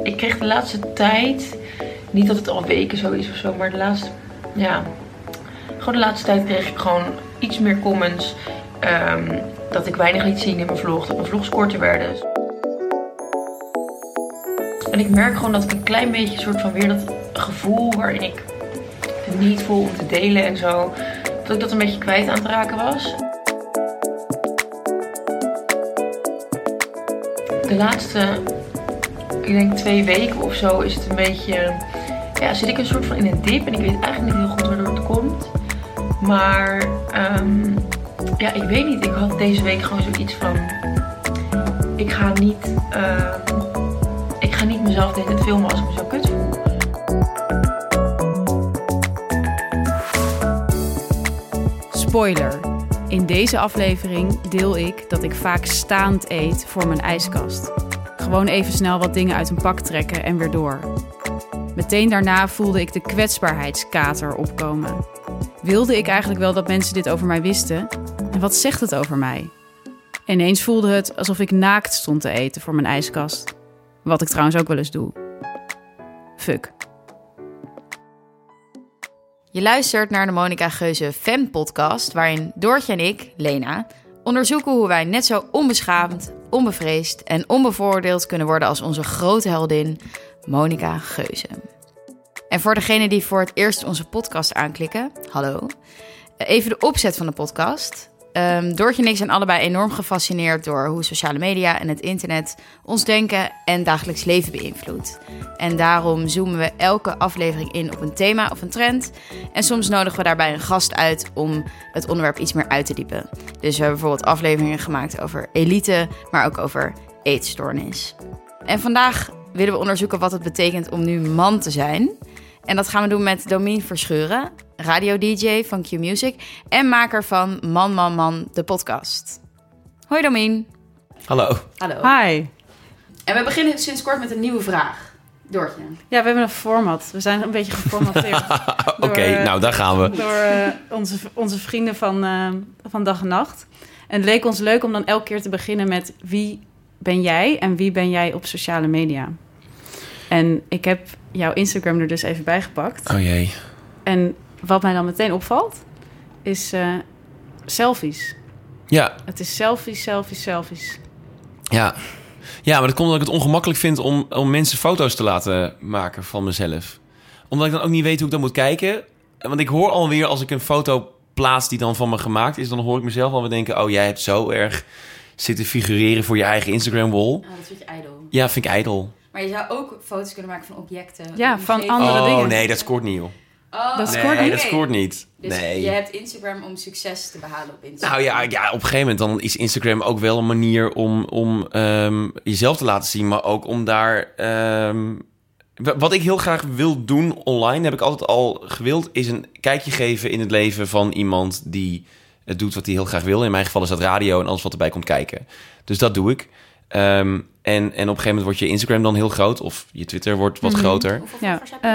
Ik kreeg de laatste tijd, niet dat het al weken zo is of zo, maar de laatste tijd kreeg ik gewoon iets meer comments. Dat ik weinig liet zien in mijn vlog, dat mijn vlogs korter werden. En ik merk gewoon dat ik een klein beetje soort van weer dat gevoel waarin ik het niet voel om te delen en zo, dat ik dat een beetje kwijt aan het raken was. De laatste, ik denk 2 weken of zo, is het een beetje, zit ik een soort van in een dip en ik weet eigenlijk niet heel goed waardoor het komt. Maar ik weet niet, ik had deze week gewoon zoiets van, ik ga niet mezelf de hele tijd filmen als ik me zo kut voel. Spoiler. In deze aflevering deel ik dat ik vaak staand eet voor mijn ijskast. Gewoon even snel wat dingen uit een pak trekken en weer door. Meteen daarna voelde ik de kwetsbaarheidskater opkomen. Wilde ik eigenlijk wel dat mensen dit over mij wisten? En wat zegt het over mij? Ineens voelde het alsof ik naakt stond te eten voor mijn ijskast. Wat ik trouwens ook wel eens doe. Fuck. Je luistert naar de Monica Geuze Fem-podcast, waarin Doortje en ik, Lena, onderzoeken hoe wij net zo onbeschaamd, onbevreesd en onbevooroordeeld kunnen worden als onze grote heldin, Monica Geuze. En voor degenen die voor het eerst onze podcast aanklikken, hallo. Even de opzet van de podcast. Doortje en ik zijn allebei enorm gefascineerd door hoe sociale media en het internet ons denken en dagelijks leven beïnvloedt. En daarom zoomen we elke aflevering in op een thema of een trend. En soms nodigen we daarbij een gast uit om het onderwerp iets meer uit te diepen. Dus we hebben bijvoorbeeld afleveringen gemaakt over elite, maar ook over eetstoornis. En vandaag willen we onderzoeken wat het betekent om nu man te zijn. En dat gaan we doen met Domien Verscheuren, radio-dj van Q-Music en maker van Man, Man, Man, de podcast. Hoi Domien. Hallo. Hallo. Hi. En we beginnen sinds kort met een nieuwe vraag. Doortje. Ja, we hebben een format. We zijn een beetje geformateerd. Oké, nou daar gaan we. Door onze vrienden van Dag en Nacht. En het leek ons leuk om dan elke keer te beginnen met wie ben jij en wie ben jij op sociale media? En ik heb jouw Instagram er dus even bij gepakt. Oh jee. En wat mij dan meteen opvalt, is selfies. Ja. Het is selfies. Ja. Ja, maar dat komt omdat ik het ongemakkelijk vind om mensen foto's te laten maken van mezelf. Omdat ik dan ook niet weet hoe ik dan moet kijken. Want ik hoor alweer als ik een foto plaats die dan van me gemaakt is, dan hoor ik mezelf alweer denken, oh, jij hebt zo erg zitten figureren voor je eigen Instagram-wall. Oh, dat vind je ijdel. Ja, vind ik ijdel. Maar je zou ook foto's kunnen maken van objecten. Ja, van andere dingen. Oh, nee, dat scoort niet, joh. Oh, dat scoort niet. Dus nee. je hebt Instagram om succes te behalen op Instagram. Nou ja, op een gegeven moment dan is Instagram ook wel een manier om jezelf te laten zien, maar ook om daar... wat ik heel graag wil doen online, heb ik altijd al gewild, is een kijkje geven in het leven van iemand die het doet wat hij heel graag wil. In mijn geval is dat radio en alles wat erbij komt kijken. Dus dat doe ik. En op een gegeven moment wordt je Instagram dan heel groot, of je Twitter wordt wat groter. Hoeveel volgers heb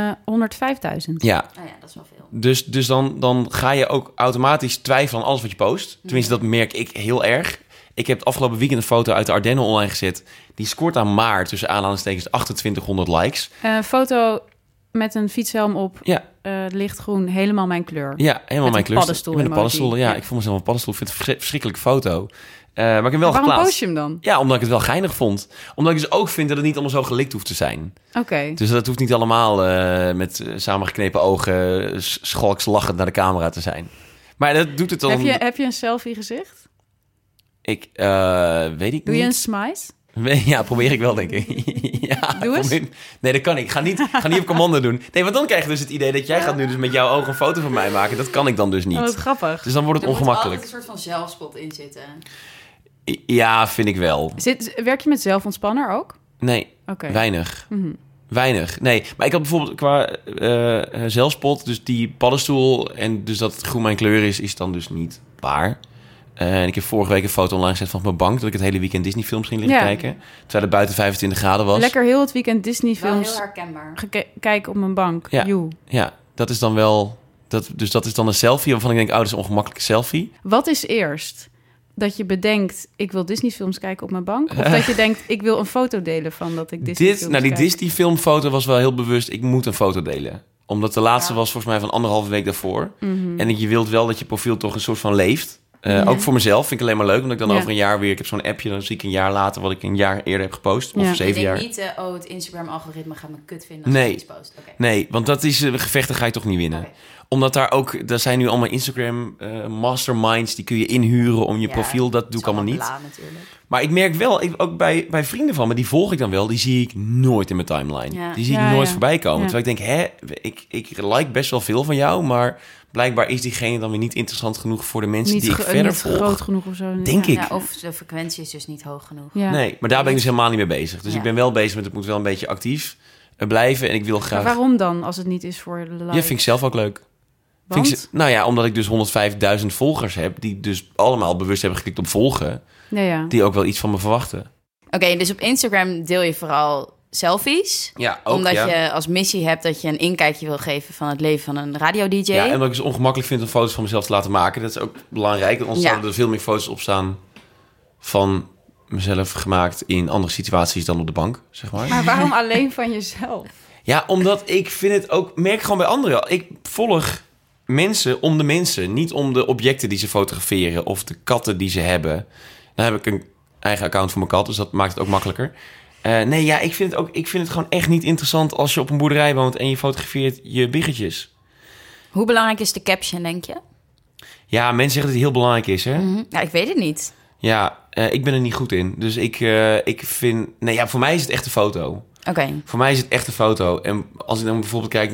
je? 105.000. Ja. Oh ja, dat is wel veel. Dus dan ga je ook automatisch twijfelen aan alles wat je post. Tenminste, dat merk ik heel erg. Ik heb het afgelopen weekend een foto uit de Ardennen online gezet. Die scoort aan maar tussen aanhalingstekens 2800 likes. Foto met een fietshelm op, Ja. lichtgroen, helemaal mijn kleur. Ja, helemaal Met mijn een kleur. paddenstoel Met een emoji. paddenstoel. Ja, Ja. ik vond mezelf een paddenstoel. Ik vind het een verschrikkelijke foto. Maar ik heb hem wel Waarom geplaatst. post je hem dan? Ja, omdat ik het wel geinig vond. Omdat ik dus ook vind dat het niet allemaal zo gelikt hoeft te zijn. Oké. Dus dat hoeft niet allemaal met samengeknepen ogen schalks lachend naar de camera te zijn. Maar dat doet het dan... Heb je een selfie gezicht? Ik weet ik Doe je een niet. smize? Ja, probeer ik wel, denk ik. Ja, Doe eens. Nee, dat kan ik. Ga niet op commando doen. Nee, want dan krijg je dus het idee dat jij gaat nu dus met jouw ogen een foto van mij maken. Dat kan ik dan dus niet. Oh, wat grappig. Dus dan wordt het Er moet ongemakkelijk. altijd een soort van zelfspot in zitten. Ja, vind ik wel. Werk je met zelfontspanner ook? Nee, Oké. weinig. Mhm. Weinig. Nee, maar ik had bijvoorbeeld qua zelfspot, dus die paddenstoel en dus dat het groen mijn kleur is dan dus niet waar. En ik heb vorige week een foto online gezet van mijn bank, dat ik het hele weekend Disney films ging liggen kijken. Terwijl het buiten 25 graden was. Lekker heel het weekend Disney Wel films heel herkenbaar. kijken op mijn bank. Ja. Joe. Ja, dat is dan wel... Dus dat is dan een selfie waarvan ik denk, oh, dat is een ongemakkelijke selfie. Wat is eerst? dat je bedenkt, ik wil Disney-films kijken op mijn bank? Of dat je denkt, ik wil een foto delen van dat ik Disney-films Die kijk? Disney-filmfoto was wel heel bewust, ik moet een foto delen. Omdat de laatste was volgens mij van 1,5 week daarvoor. Mhm. En je wilt wel dat je profiel toch een soort van leeft. Ook voor mezelf vind ik alleen maar leuk. Omdat ik dan over een jaar weer... Ik heb zo'n appje, dan zie ik een jaar later wat ik een jaar eerder heb gepost. Of 7 jaar. Ik denk niet, het Instagram-algoritme gaat me kut vinden als ik iets post. Okay. Nee, want dat is gevechten ga je toch niet winnen. Okay. Omdat daar zijn nu allemaal Instagram masterminds... die kun je inhuren om je profiel. Dat doe ik allemaal niet. Natuurlijk. Maar ik merk wel, ook bij vrienden van me... die volg ik dan wel, die zie ik nooit in mijn timeline. Ja. Die zie ik nooit voorbij komen. Terwijl ik denk, ik like best wel veel van jou... maar blijkbaar is diegene dan weer niet interessant genoeg... voor de mensen die ik verder volg. Niet groot genoeg of zo. Denk ik. Ja, of de frequentie is dus niet hoog genoeg. Ja. Nee, maar daar ben ik dus helemaal niet mee bezig. Dus ik ben wel bezig met, het moet wel een beetje actief blijven... en ik wil graag... Maar waarom dan, als het niet is voor de like? Ja, vind ik zelf ook leuk. Omdat ik dus 105.000 volgers heb... die dus allemaal bewust hebben geklikt op volgen... die ook wel iets van me verwachten. Oké, dus op Instagram deel je vooral selfies. Ja, ook, omdat je als missie hebt dat je een inkijkje wil geven... van het leven van een radio-dj. Ja, en omdat ik het ongemakkelijk vind om foto's van mezelf te laten maken. Dat is ook belangrijk. Want anders zouden er veel meer foto's op staan... van mezelf gemaakt in andere situaties dan op de bank, zeg maar. Maar waarom alleen van jezelf? Ja, omdat ik vind het ook... merk gewoon bij anderen. Ik volg mensen om de mensen. Niet om de objecten die ze fotograferen... of de katten die ze hebben. Dan heb ik een eigen account voor mijn kat... dus dat maakt het ook makkelijker. Ik vind het gewoon echt niet interessant... als je op een boerderij woont en je fotografeert je biggetjes. Hoe belangrijk is de caption, denk je? Ja, mensen zeggen dat het heel belangrijk is, hè? Mm-hmm. Ja, ik weet het niet. Ja, ik ben er niet goed in. Dus ik vind... voor mij is het echt een foto. Oké. Voor mij is het echt een foto. En als ik dan bijvoorbeeld kijk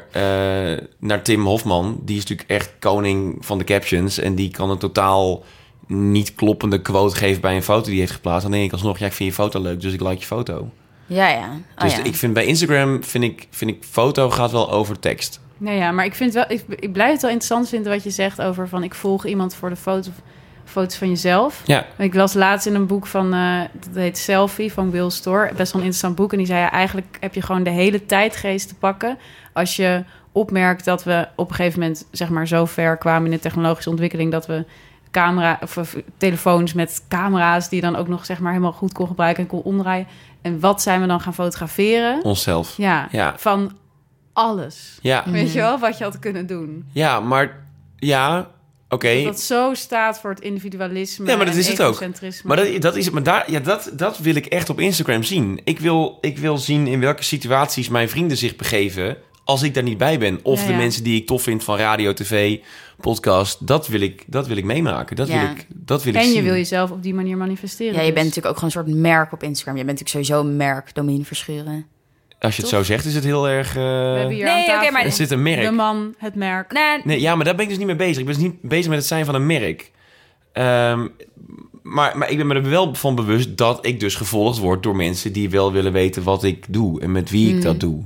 naar Tim Hofman... die is natuurlijk echt koning van de captions... en die kan een totaal niet kloppende quote geven bij een foto die hij heeft geplaatst. Dan denk ik alsnog, ik vind je foto leuk, dus ik like je foto. Ja. Dus ik vind bij Instagram, vind ik foto gaat wel over tekst. Nee, ja, maar ik vind wel, ik blijf het wel interessant vinden wat je zegt over van ik volg iemand voor de foto's van jezelf. Ja. Ik las laatst in een boek van, dat heet Selfie van Will Storr. Best wel een interessant boek. En die zei, eigenlijk heb je gewoon de hele tijdgeest te pakken als je opmerkt dat we op een gegeven moment, zeg maar, zo ver kwamen in de technologische ontwikkeling dat we telefoons met camera's die je dan ook nog, zeg maar, helemaal goed kon gebruiken en kon omdraaien. En wat zijn we dan gaan fotograferen? Onszelf. Ja. Van alles. Ja. Weet je wel, wat je had kunnen doen. Ja, maar ja, oké. Dat zo staat voor het individualisme. Ja, maar dat is het ook. Maar dat wil ik echt op Instagram zien. Ik wil zien in welke situaties mijn vrienden zich begeven als ik daar niet bij ben. Of de mensen die ik tof vind van radio, tv, podcast. Dat wil ik meemaken. Dat wil ik en zien. je wil jezelf op die manier manifesteren. Ja, je bent natuurlijk ook gewoon een soort merk op Instagram. Je bent natuurlijk sowieso een merk, Domien Verschuren. Als je het zo zegt, is het heel erg... We hebben hier aan tafel er zit een merk. de man, het merk. Nee, ja, maar daar ben ik dus niet mee bezig. Ik ben dus niet bezig met het zijn van een merk. Maar ik ben me er wel van bewust dat ik dus gevolgd word door mensen die wel willen weten wat ik doe en met wie ik dat doe.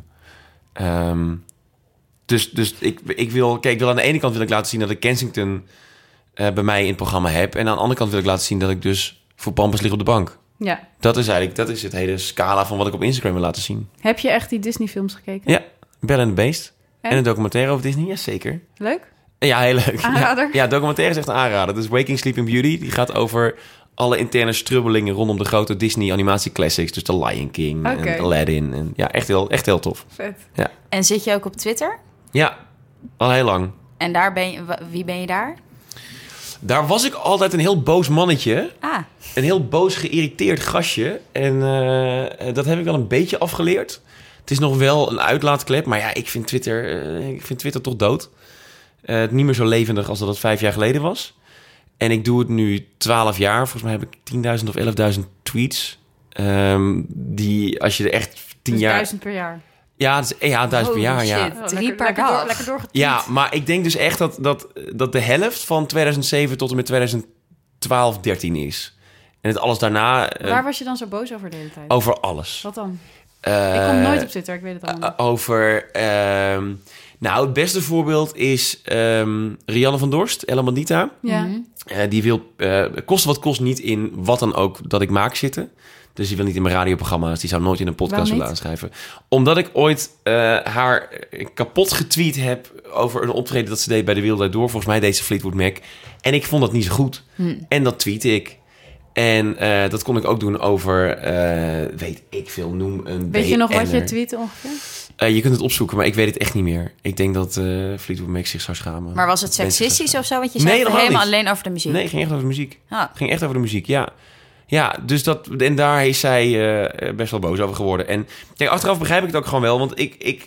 Dus ik wil aan de ene kant wil ik laten zien dat ik Kensington bij mij in het programma heb. En aan de andere kant wil ik laten zien dat ik dus voor Pampers lig op de bank. Ja. Dat is het hele scala van wat ik op Instagram wil laten zien. Heb je echt die Disney-films gekeken? Ja, Belle and the Beast. En een documentaire over Disney, ja zeker. Leuk? Ja, heel leuk. Aanrader? Ja, documentaire is echt een aanrader. Dus Waking Sleeping Beauty, die gaat over alle interne strubbelingen rondom de grote Disney animatie classics. Dus The Lion King en Aladdin. En ja, echt heel tof. Vet. Ja. En zit je ook op Twitter? Ja, al heel lang. En wie ben je daar? Daar was ik altijd een heel boos mannetje. Ah. Een heel boos, geïrriteerd gastje. En dat heb ik wel een beetje afgeleerd. Het is nog wel een uitlaatklep. Maar ja, ik vind Twitter toch dood. Niet meer zo levendig als dat het 5 jaar geleden was. En ik doe het nu 12 jaar. Volgens mij heb ik 10.000 of 11.000 tweets. Die, als je er echt 10 dus jaar... 1000 per jaar? Ja, 1000 per jaar, ja. Oh, 3 per dag. Lekker doorgetweet. Ja, maar ik denk dus echt dat de helft van 2007 tot en met 2012, 13 is. En het alles daarna... Waar was je dan zo boos over de hele tijd? Over alles. Wat dan? Ik kom nooit op Twitter, ik weet het allemaal niet. Over... het beste voorbeeld is Rianne van Dorst, Ella Bandita. Ja. Die wil koste wat kost niet in wat dan ook dat ik maak zitten. Dus die wil niet in mijn radioprogramma's. Die zou nooit in een podcast willen aanschrijven. Omdat ik ooit haar kapot getweet heb over een optreden dat ze deed bij De Wereld Draait Door. Volgens mij deed ze Fleetwood Mac. En ik vond dat niet zo goed. En dat tweette ik. En dat kon ik ook doen over, weet ik veel, noem een Weet je nog wat je BN'er. tweette ongeveer? Je kunt het opzoeken, maar ik weet het echt niet meer. Ik denk dat Fleetwood Mac zich zou schamen. Maar was het seksistisch of zo? Want je zei helemaal helemaal niet. alleen over de muziek. Nee, het ging echt over de muziek. Ah. Het ging echt over de muziek, ja. Ja, dus dat... En daar is zij best wel boos over geworden. En kijk, achteraf begrijp ik het ook gewoon wel. Want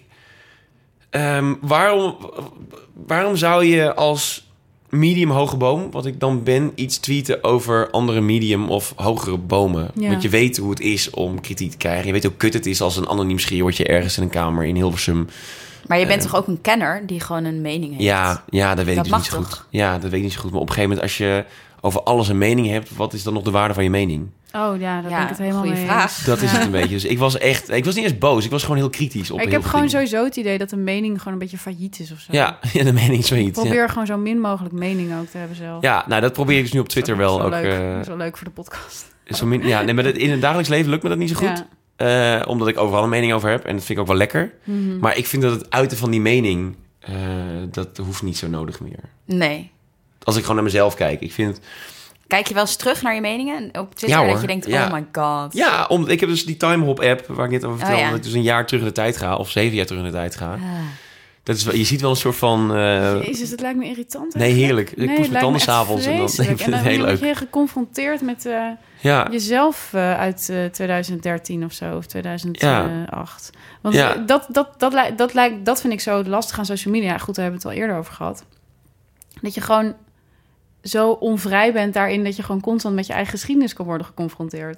waarom zou je als medium hoge boom, wat ik dan ben, iets tweeten over andere medium of hogere bomen? Ja. Want je weet hoe het is om kritiek te krijgen. Je weet hoe kut het is als een anoniem schreeuwertje ergens in een kamer in Hilversum. Maar je bent toch ook een kenner die gewoon een mening heeft? Ja, dat weet Dat ik dus mag niet zo toch? goed. Ja, dat weet ik niet zo goed. Maar op een gegeven moment, als je over alles een mening hebt, wat is dan nog de waarde van je mening? Oh ja, daar ben Ja, ik het helemaal goeie mee vraag. eens. Dat is het een beetje. Dus ik was niet eens boos. Ik was gewoon heel kritisch op Ik heel heb veel gewoon dingen. sowieso het idee dat een mening gewoon een beetje failliet is of zo. Ja, de mening is zoiets. Probeer gewoon zo min mogelijk mening ook te hebben zelf. Ja, nou dat probeer ik dus nu op Twitter wel Dat ook. is wel leuk. Dat is wel leuk voor de podcast. Maar in het dagelijks leven lukt me dat niet zo goed. Ja. Omdat ik overal een mening over heb. En dat vind ik ook wel lekker. Maar ik vind dat het uiten van die mening, dat hoeft niet zo nodig meer. Nee. Als ik gewoon naar mezelf kijk. Ik vind... Kijk je wel eens terug naar je meningen op Twitter? Ja, hoor. Dat je denkt, Ja. oh my god. Ja, omdat ik heb dus die Timehop app waar ik net over vertelde. ja. Dat ik dus een jaar terug in de tijd ga. Of 7 jaar terug in de tijd ga. Ah. Dat is wel, je ziet wel een soort van... Jezus, het lijkt me irritant. nee, eigenlijk. heerlijk. Ik Nee, poets het mijn lijkt tanden me echt s'avonds en dan vreselijk. ik vind het En heel dan leuk. word je geconfronteerd met Ja, jezelf uit 2013 of zo, of 2008. Want Ja. dat vind ik zo lastig aan social media. Goed, daar hebben we het al eerder over gehad. Dat je gewoon zo onvrij bent daarin dat je gewoon constant met je eigen geschiedenis kan worden geconfronteerd.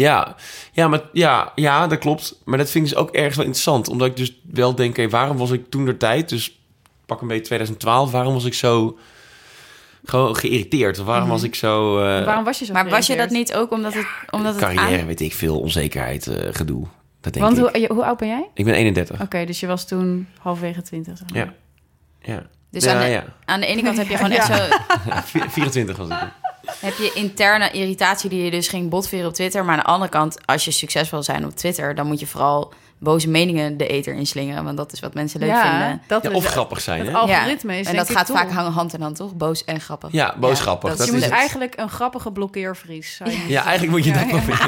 ja, dat klopt. Maar dat vind ik dus ook ergens wel interessant. Omdat ik dus wel denk, hey, waarom was ik toen der tijd, dus pak een beetje 2012, waarom was ik zo gewoon geïrriteerd? Of waarom was ik zo... Waarom was je zo Maar was je dat geïrriteerd? niet ook omdat het carrière, weet ik veel, onzekerheid, gedoe. Dat denk Want ik. hoe oud ben jij? Ik ben 31. Oké, dus je was toen halverwege 20. Zeg maar. Ja. Dus Ja, aan de ene kant heb je gewoon echt zo... Ja, 24 was ik. Heb je interne irritatie die je dus ging botveren op Twitter. Maar aan de andere kant, als je succesvol wil zijn op Twitter, dan moet je vooral boze meningen de ether inslingen. Want dat is wat mensen leuk vinden. Dat Ja, is of grappig zijn, het hè? algoritme is En denk dat ik gaat doel. vaak hand in hand, toch? Boos en grappig. Ja, boos grappig. dat Dat Je is moet het. eigenlijk een grappige blokkeervries zijn. Ja, eigenlijk moet je dat proberen.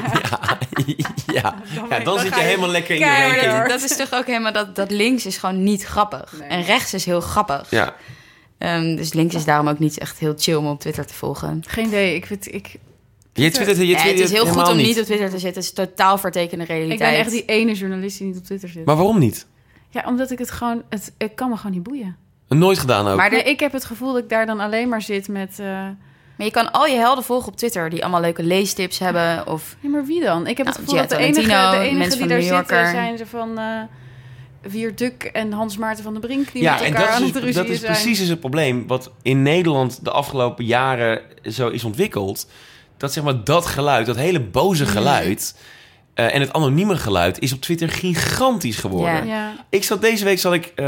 Ja, dan zit je helemaal lekker in je ranking. Dat is toch ook helemaal dat links is gewoon niet grappig. Nee. En rechts is heel grappig. Ja. Dus links is daarom ook niet echt heel chill om op Twitter te volgen. Geen idee. Ik Je twittert Het is heel goed helemaal om niet op Twitter te zitten. Het is totaal vertekende realiteit. ben echt die ene journalist die niet op Twitter zit. Maar waarom niet? Ja, omdat ik het gewoon... Het kan me gewoon niet boeien. Nooit gedaan ook. Maar Nee, ik heb het gevoel dat ik daar dan alleen maar zit met... Maar je kan al je helden volgen op Twitter die allemaal leuke leestips hebben. Of Ja, maar wie dan? Ik heb het Nou, gevoel dat de Gia Tolentino, enige die mensen van daar New Yorker. zitten zijn ze van Wierduk en Hans Maarten van der Brink die Ja, met en elkaar aan dat het is, ruzien dat is zijn. precies dus het probleem wat in Nederland de afgelopen jaren zo is ontwikkeld. Dat zeg maar dat geluid, dat hele boze geluid en het anonieme geluid is op Twitter gigantisch geworden. Ja. Ja. Deze week zat ik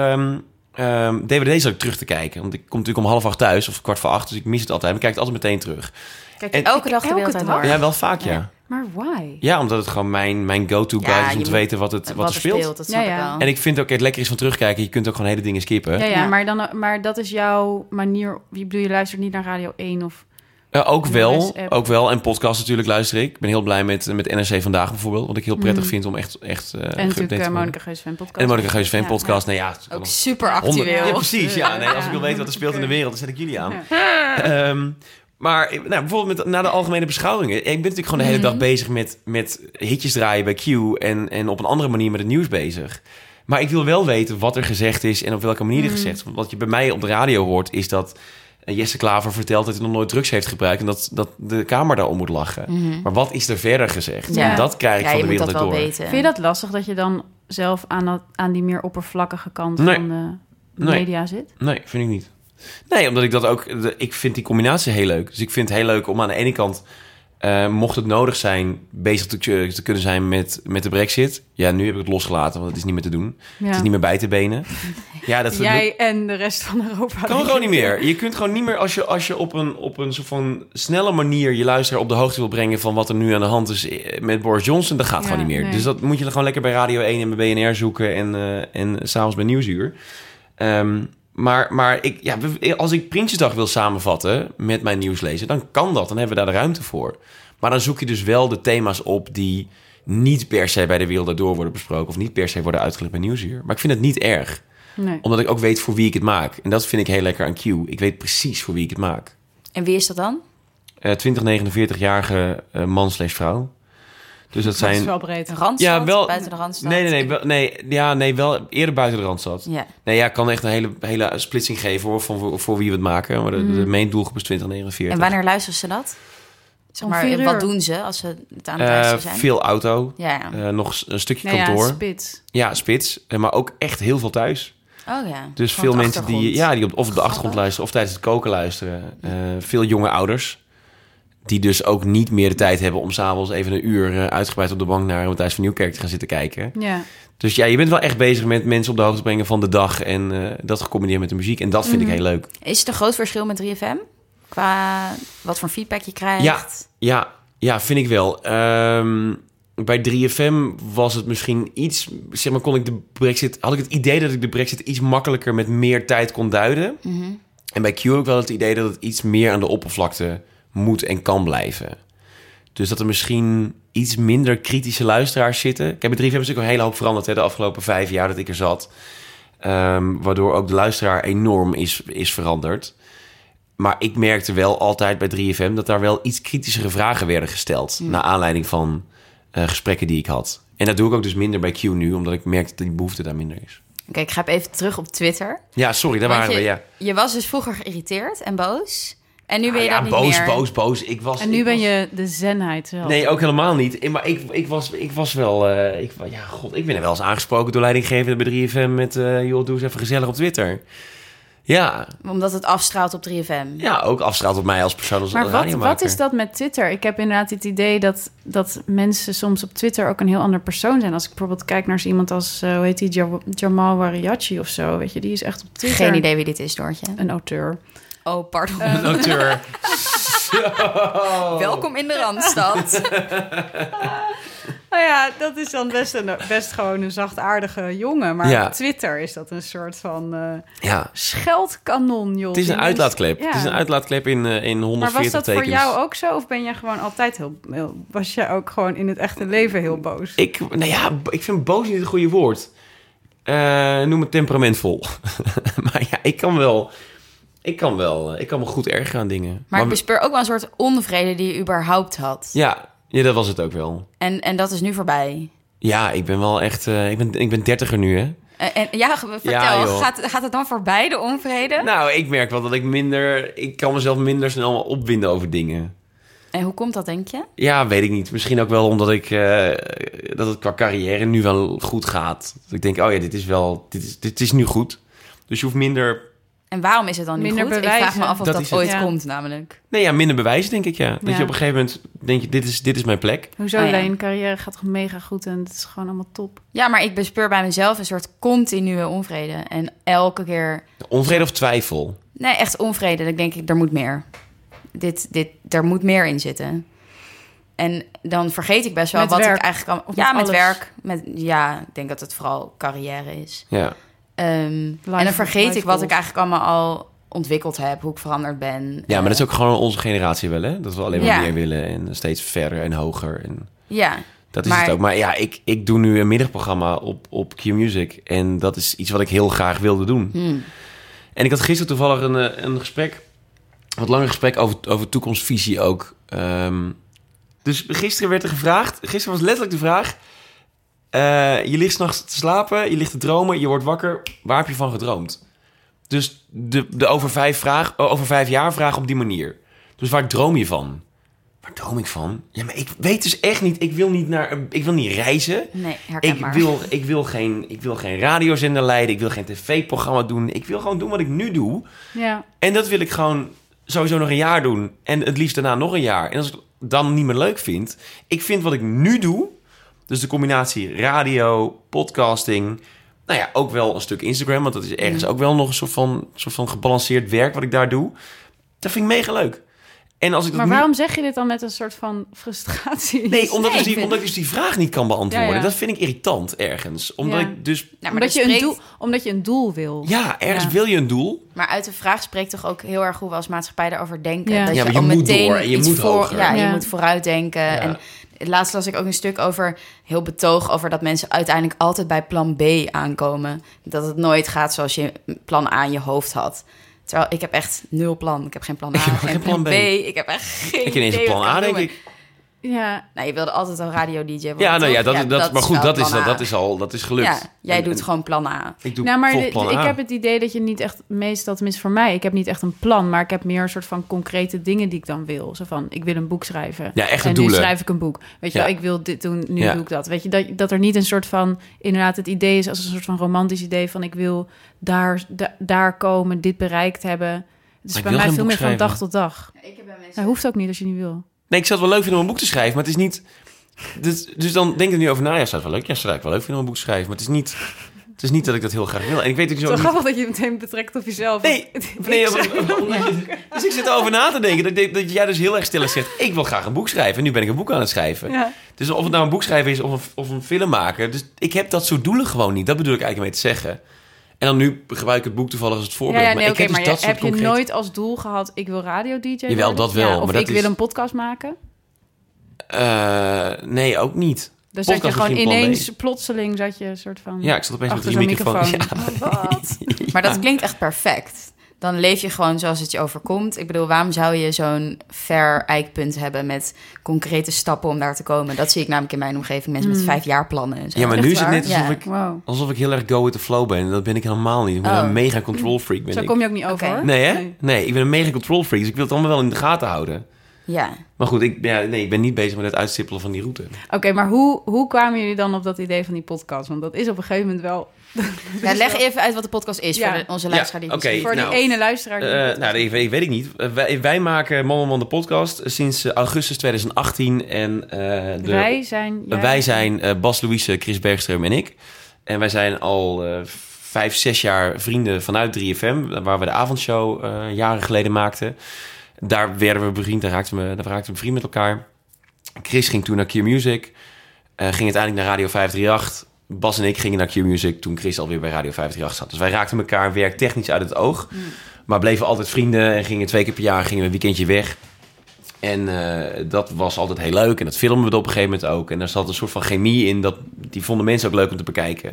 DVD terug te kijken. Want ik kom natuurlijk om 7:30 thuis of 7:15, dus ik mis het altijd. Maar ik kijk het altijd meteen terug. Kijk, En elke dag de wereld dag? door. Ja, wel vaak ja. Maar why? Ja, omdat het gewoon mijn go-to guide is om je te moet- weten wat er speelt. dat snap Ja, ja. ik wel. En ik vind ook het lekker is van terugkijken. Je kunt ook gewoon hele dingen skippen. Ja, Ja. maar dat is jouw manier... Ik bedoel, je luistert niet naar Radio 1 of... Ook wel. NOS-app. Ook wel. En podcast natuurlijk luister ik. Ik ben heel blij met NRC Vandaag bijvoorbeeld. Wat ik heel prettig Mhm. vind om echt En geüpdate natuurlijk te worden. Monica Geus fan podcast. En de Monica Geus fan Ja, podcast. Nou ja, het kan Ook nog super 100 actueel. Ja, precies. Ja, nee, als ik wil weten wat er speelt in de wereld, dan zet ik jullie aan. Maar nou, bijvoorbeeld na de algemene beschouwingen. Ik ben natuurlijk gewoon de hele dag bezig met hitjes draaien bij Q. En op een andere manier met het nieuws bezig. Maar ik wil wel weten wat er gezegd is en op welke manier er gezegd is. Want wat je bij mij op de radio hoort, is dat Jesse Klaver vertelt dat hij nog nooit drugs heeft gebruikt. En dat de Kamer daarom moet lachen. Maar wat is er verder gezegd? Ja. En dat krijg ik Ja, van je de moet wereld dat wel door. weten. Vind je dat lastig dat je dan zelf aan die meer oppervlakkige kant Nee. van de Nee. media zit? Nee, vind ik niet. Nee, omdat ik dat ook... Ik vind die combinatie heel leuk. Dus ik vind het heel leuk om aan de ene kant Mocht het nodig zijn bezig te kunnen zijn met de Brexit. Ja, nu heb ik het losgelaten, want het is niet meer te doen. Ja. Het is niet meer bij te benen. Ja, Jij en de rest van Europa. kan gewoon niet meer. Je kunt gewoon niet meer als je op een soort van snelle manier je luisteraar op de hoogte wil brengen van wat er nu aan de hand is met Boris Johnson. Dat gaat gewoon niet meer. Nee. Dus dat moet je gewoon lekker bij Radio 1 en bij BNR zoeken en s'avonds bij Nieuwsuur. Maar als ik Prinsjesdag wil samenvatten met mijn nieuwslezer, dan kan dat. Dan hebben we daar de ruimte voor. Maar dan zoek je dus wel de thema's op die niet per se bij de Wereld Daardoor worden besproken of niet per se worden uitgelegd bij Nieuwsuur. Maar ik vind het niet erg. Nee. Omdat ik ook weet voor wie ik het maak. En dat vind ik heel lekker aan Q. Ik weet precies voor wie ik het maak. En wie is dat dan? 20-49-jarige man/vrouw. Dus dat Dat is zijn... wel breed. Randstad? Ja, wel... Buiten de Randstad? Nee, wel eerder buiten de Randstad. Ja. Nee, ja, ik kan echt een hele splitsing geven hoor, voor wie we het maken. Maar de main doelgroep is 2049. En wanneer luisteren ze dat? Zeg Om maar, 4 uur. wat doen ze als ze het aan het luisteren zijn? Veel auto. Ja. Nog een stukje Nee, kantoor. ja, spits. Ja, spits. Maar ook echt heel veel thuis. Oh ja. Dus Van veel de mensen die op de achtergrond luisteren of tijdens het koken luisteren. Veel jonge ouders. Die dus ook niet meer de tijd hebben om s'avonds even een uur uitgebreid op de bank naar Matthijs van Nieuwkerk te gaan zitten kijken. Ja. Dus ja, je bent wel echt bezig met mensen op de hoogte brengen van de dag. En dat gecombineerd met de muziek. En dat vind ik heel leuk. Is het een groot verschil met 3FM? Qua wat voor feedback je krijgt? Ja, vind ik wel. Bij 3FM was het misschien iets... Zeg maar, had ik het idee dat ik de Brexit iets makkelijker met meer tijd kon duiden. Mm-hmm. En bij Q ook wel het idee dat het iets meer aan de oppervlakte moet en kan blijven. Dus dat er misschien iets minder kritische luisteraars zitten. Kijk, bij 3FM is natuurlijk een hele hoop veranderd de afgelopen 5 jaar dat ik er zat. Waardoor ook de luisteraar enorm is veranderd. Maar ik merkte wel altijd bij 3FM dat daar wel iets kritischere vragen werden gesteld. Naar aanleiding van gesprekken die ik had. En dat doe ik ook dus minder bij Q nu, omdat ik merk dat die behoefte daar minder is. Oké, ik ga even terug op Twitter. Ja, sorry, daar waren we, ja. Je was dus vroeger geïrriteerd en boos. En nu ben je dat niet meer. boos. En nu ben je de zenheid zelf. Nee, ook helemaal niet. Maar ik was wel... ik ben er wel eens aangesproken door leidinggevende bij 3FM met... joh, doe eens even gezellig op Twitter. Ja. Omdat het afstraalt op 3FM. Ja, ook afstraalt op mij als persoon, als radiomaker. Maar wat is dat met Twitter? Ik heb inderdaad het idee dat mensen soms op Twitter ook een heel ander persoon zijn. Als ik bijvoorbeeld kijk naar iemand als, hoe heet die, Jamal Wariachi of zo. Weet je, die is echt op Twitter. Geen idee wie dit is, Doortje. Een auteur. Oh, pardon. Een auteur. Welkom in de Randstad. Nou ja, dat is dan best gewoon een zachtaardige jongen. Maar op Twitter is dat een soort van scheldkanon, joh. Het is een uitlaatklep. Ja. Het is een uitlaatklep in 140 Maar was dat tekens. voor jou ook zo? Of ben je gewoon altijd heel... Was je ook gewoon in het echte leven heel boos? Ik vind boos niet het goede woord. Noem het temperamentvol. Maar ja, ik kan me goed ergeren aan dingen. Maar ik bespeur ook wel een soort onvrede die je überhaupt had. Ja, dat was het ook wel. En dat is nu voorbij. Ja, ik ben wel echt... ik ben 30er nu, hè? Vertel, gaat het dan voorbij, de onvrede? Nou, ik merk wel dat ik kan mezelf minder snel opwinden over dingen. En hoe komt dat, denk je? Ja, weet ik niet. Misschien ook wel omdat dat het qua carrière nu wel goed gaat. Dat ik denk, oh ja, dit is nu goed. Dus je hoeft minder... En waarom is het dan niet minder goed? bewijzen. Ik vraag me af of dat ooit Ja. komt, namelijk. Nee, ja, minder bewijzen, denk ik, ja. Dat Ja. je op een gegeven moment denk dit is mijn plek. Hoezo, ja. Leen? Carrière gaat toch mega goed en het is gewoon allemaal top. Ja, maar ik bespeur bij mezelf een soort continue onvrede. En elke keer... Onvrede of twijfel? Nee, echt onvrede. Dan denk ik, er moet meer. Er moet meer in zitten. En dan vergeet ik best wel Met wat werk. ik eigenlijk... Of Ja, met met alles? werk. Ik denk dat het vooral carrière is. Ja. En dan vergeet ik wat ik eigenlijk allemaal al ontwikkeld heb. Hoe ik veranderd ben. Ja, maar dat is ook gewoon onze generatie wel, hè? Dat we alleen maar Ja. meer willen en steeds verder en hoger. En Ja. dat is het ook. Maar ja, ik doe nu een middagprogramma op Q-Music. En dat is iets wat ik heel graag wilde doen. En ik had gisteren toevallig een gesprek, wat langer gesprek over toekomstvisie ook. Dus gisteren werd er gevraagd, gisteren was letterlijk de vraag... je ligt 's nachts te slapen, je ligt te dromen, je wordt wakker. Waar heb je van gedroomd? Dus de over 5 jaar vraag op die manier. Dus waar droom je van? Waar droom ik van? Ja, maar ik weet dus echt niet. Ik wil niet reizen. Nee, herkenbaar. Ik wil geen radiozender leiden. Ik wil geen tv-programma doen. Ik wil gewoon doen wat ik nu doe. Ja. En dat wil ik gewoon sowieso nog een jaar doen. En het liefst daarna nog een jaar. En dan niet meer leuk vind. Ik vind wat ik nu doe, dus de combinatie radio, podcasting, nou ja, ook wel een stuk Instagram, want dat is ergens ook wel nog een soort van gebalanceerd werk wat ik daar doe. Dat vind ik mega leuk. En als ik dat waarom zeg je dit dan met een soort van frustratie? Nee, omdat ik dus die vraag niet kan beantwoorden. Ja. Dat vind ik irritant ergens. Omdat ik dus... Nou, omdat je een doel wil. Ja, ergens wil je een doel. Maar uit de vraag spreekt toch ook heel erg hoe we als maatschappij daarover denken. Ja. Dat maar je moet door en je moet hoger. Ja, je moet vooruitdenken. Ja. En laatst las ik ook een stuk over, heel betoog over dat mensen uiteindelijk altijd bij plan B aankomen. Dat het nooit gaat zoals je plan A in je hoofd had. Terwijl ik heb echt 0 plan. Ik heb geen plan A, geen plan B. Ik heb echt geen Ik ineens een plan A, denk ik. Ja. Nou, je wilde altijd een radio-dj worden. Ja, nou ja, maar goed, dat is gelukt. Ja, jij doet gewoon plan A. Ik doe plan A. Ik heb het idee dat je niet echt, meestal tenminste voor mij, ik heb niet echt een plan, maar ik heb meer een soort van concrete dingen die ik dan wil. Zo van, ik wil een boek schrijven. Ja, echt en doelen. nu schrijf ik een boek. Weet je wel, ik wil dit doen, nu doe ik dat. Weet je, dat er niet een soort van, inderdaad het idee is als een soort van romantisch idee van, ik wil daar komen, dit bereikt hebben. Het is bij mij veel meer van dag tot dag. Ja, dat hoeft ook niet als je niet wil. Nee, ik zou het wel leuk vinden om een boek te schrijven, maar het is niet... Dus dan denk ik er nu over na. Ja, zou het wel leuk? Ja, zou ik wel leuk vinden om een boek te schrijven, maar het is niet dat ik dat heel graag wil. En ik weet ook zo. Het is wel grappig dat je het meteen betrekt op jezelf. Nee. Dus ik zit erover na te denken dat jij dus heel erg stil zegt, ik wil graag een boek schrijven. En nu ben ik een boek aan het schrijven. Ja. Dus of het nou een boek schrijven is of een film maken. Dus ik heb dat soort doelen gewoon niet. Dat bedoel ik eigenlijk mee te zeggen. En dan nu gebruik ik het boek toevallig als het voorbeeld. Ja, nee, maar heb je nooit als doel gehad, ik wil radio-dj worden? Jawel, dat wel. Ja, of ik wil een podcast maken? Nee, ook niet. Dus dat je gewoon ineens plotseling zat je een soort van... Ja, ik zat opeens met 3 microfoons. Ja. Wat? Maar dat klinkt echt perfect. Dan leef je gewoon zoals het je overkomt. Ik bedoel, waarom zou je zo'n ver eikpunt hebben met concrete stappen om daar te komen? Dat zie ik namelijk in mijn omgeving. Mensen met 5 jaar plannen en zo. Ja, maar nu is het net alsof ik heel erg go with the flow ben. Dat ben ik helemaal niet. Ik ben een mega control freak. Zo kom je ook niet over, hoor. Nee, hè? Nee, ik ben een mega control freak. Dus ik wil het allemaal wel in de gaten houden. Ja. Maar goed, ik ben niet bezig met het uitstippelen van die route. Oké, maar hoe kwamen jullie dan op dat idee van die podcast? Want dat is op een gegeven moment wel... Ja, leg even uit wat de podcast is voor onze luisteraar. Voor die ene luisteraar. Dat weet ik niet. Wij maken Man de podcast sinds augustus 2018. En wij zijn Bas Louise, Chris Bergström en ik. En wij zijn al 5-6 jaar vrienden vanuit 3FM, waar we de avondshow jaren geleden maakten. Daar werden we bevriend, daar raakten we bevriend met elkaar. Chris ging toen naar Q-Music, ging uiteindelijk naar Radio 538. Bas en ik gingen naar Q-Music toen Chris alweer bij Radio 538 zat. Dus wij raakten elkaar werktechnisch uit het oog. Maar bleven altijd vrienden en gingen 2 keer per jaar een weekendje weg. En dat was altijd heel leuk. En dat filmden we op een gegeven moment ook. En daar zat een soort van chemie in. Die vonden mensen ook leuk om te bekijken.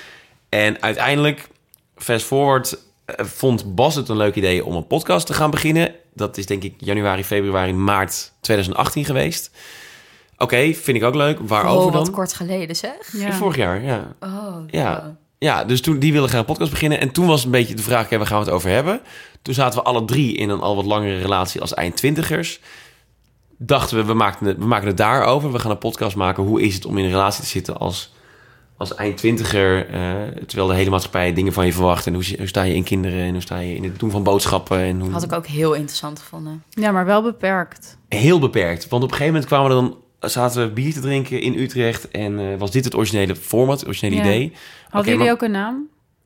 En uiteindelijk, fast forward, vond Bas het een leuk idee om een podcast te gaan beginnen. Dat is denk ik januari, februari, maart 2018 geweest. Oké, vind ik ook leuk. Waarover dan? Wat kort geleden zeg. Ja. Vorig jaar, ja. Oh, ja. Wow. Ja, dus toen die wilden graag een podcast beginnen. En toen was het een beetje de vraag, waar gaan we het over hebben? Toen zaten we alle 3 in een al wat langere relatie als eind-twintigers. Dachten we maken het daarover. We gaan een podcast maken. Hoe is het om in een relatie te zitten als eind-twintiger? Terwijl de hele maatschappij dingen van je verwacht. En hoe sta je in kinderen? En hoe sta je in het doen van boodschappen? En hoe... Had ik ook heel interessant gevonden. Ja, maar wel beperkt. Heel beperkt. Want op een gegeven moment zaten we bier te drinken in Utrecht. En was dit het originele format, het originele idee. Hadden jullie ook een naam?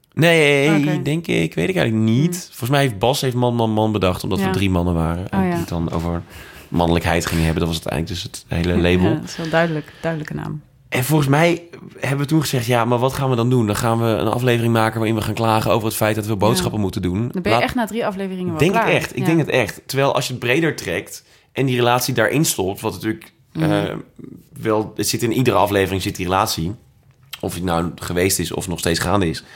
Nee, denk ik. Weet ik eigenlijk niet. Volgens mij heeft Bas man bedacht. Omdat we 3 mannen waren. En die het dan over mannelijkheid gingen hebben. Dat was uiteindelijk dus het hele label. Ja, dat is wel duidelijke naam. En volgens mij hebben we toen gezegd, ja, maar wat gaan we dan doen? Dan gaan we een aflevering maken waarin we gaan klagen over het feit dat we boodschappen moeten doen. Dan ben je echt na 3 afleveringen wel denk klaar. Ik denk het echt. Terwijl als je het breder trekt en die relatie daarin stopt, wat natuurlijk wel, het zit in iedere aflevering zit die relatie. Of het nou geweest is of nog steeds gaande is.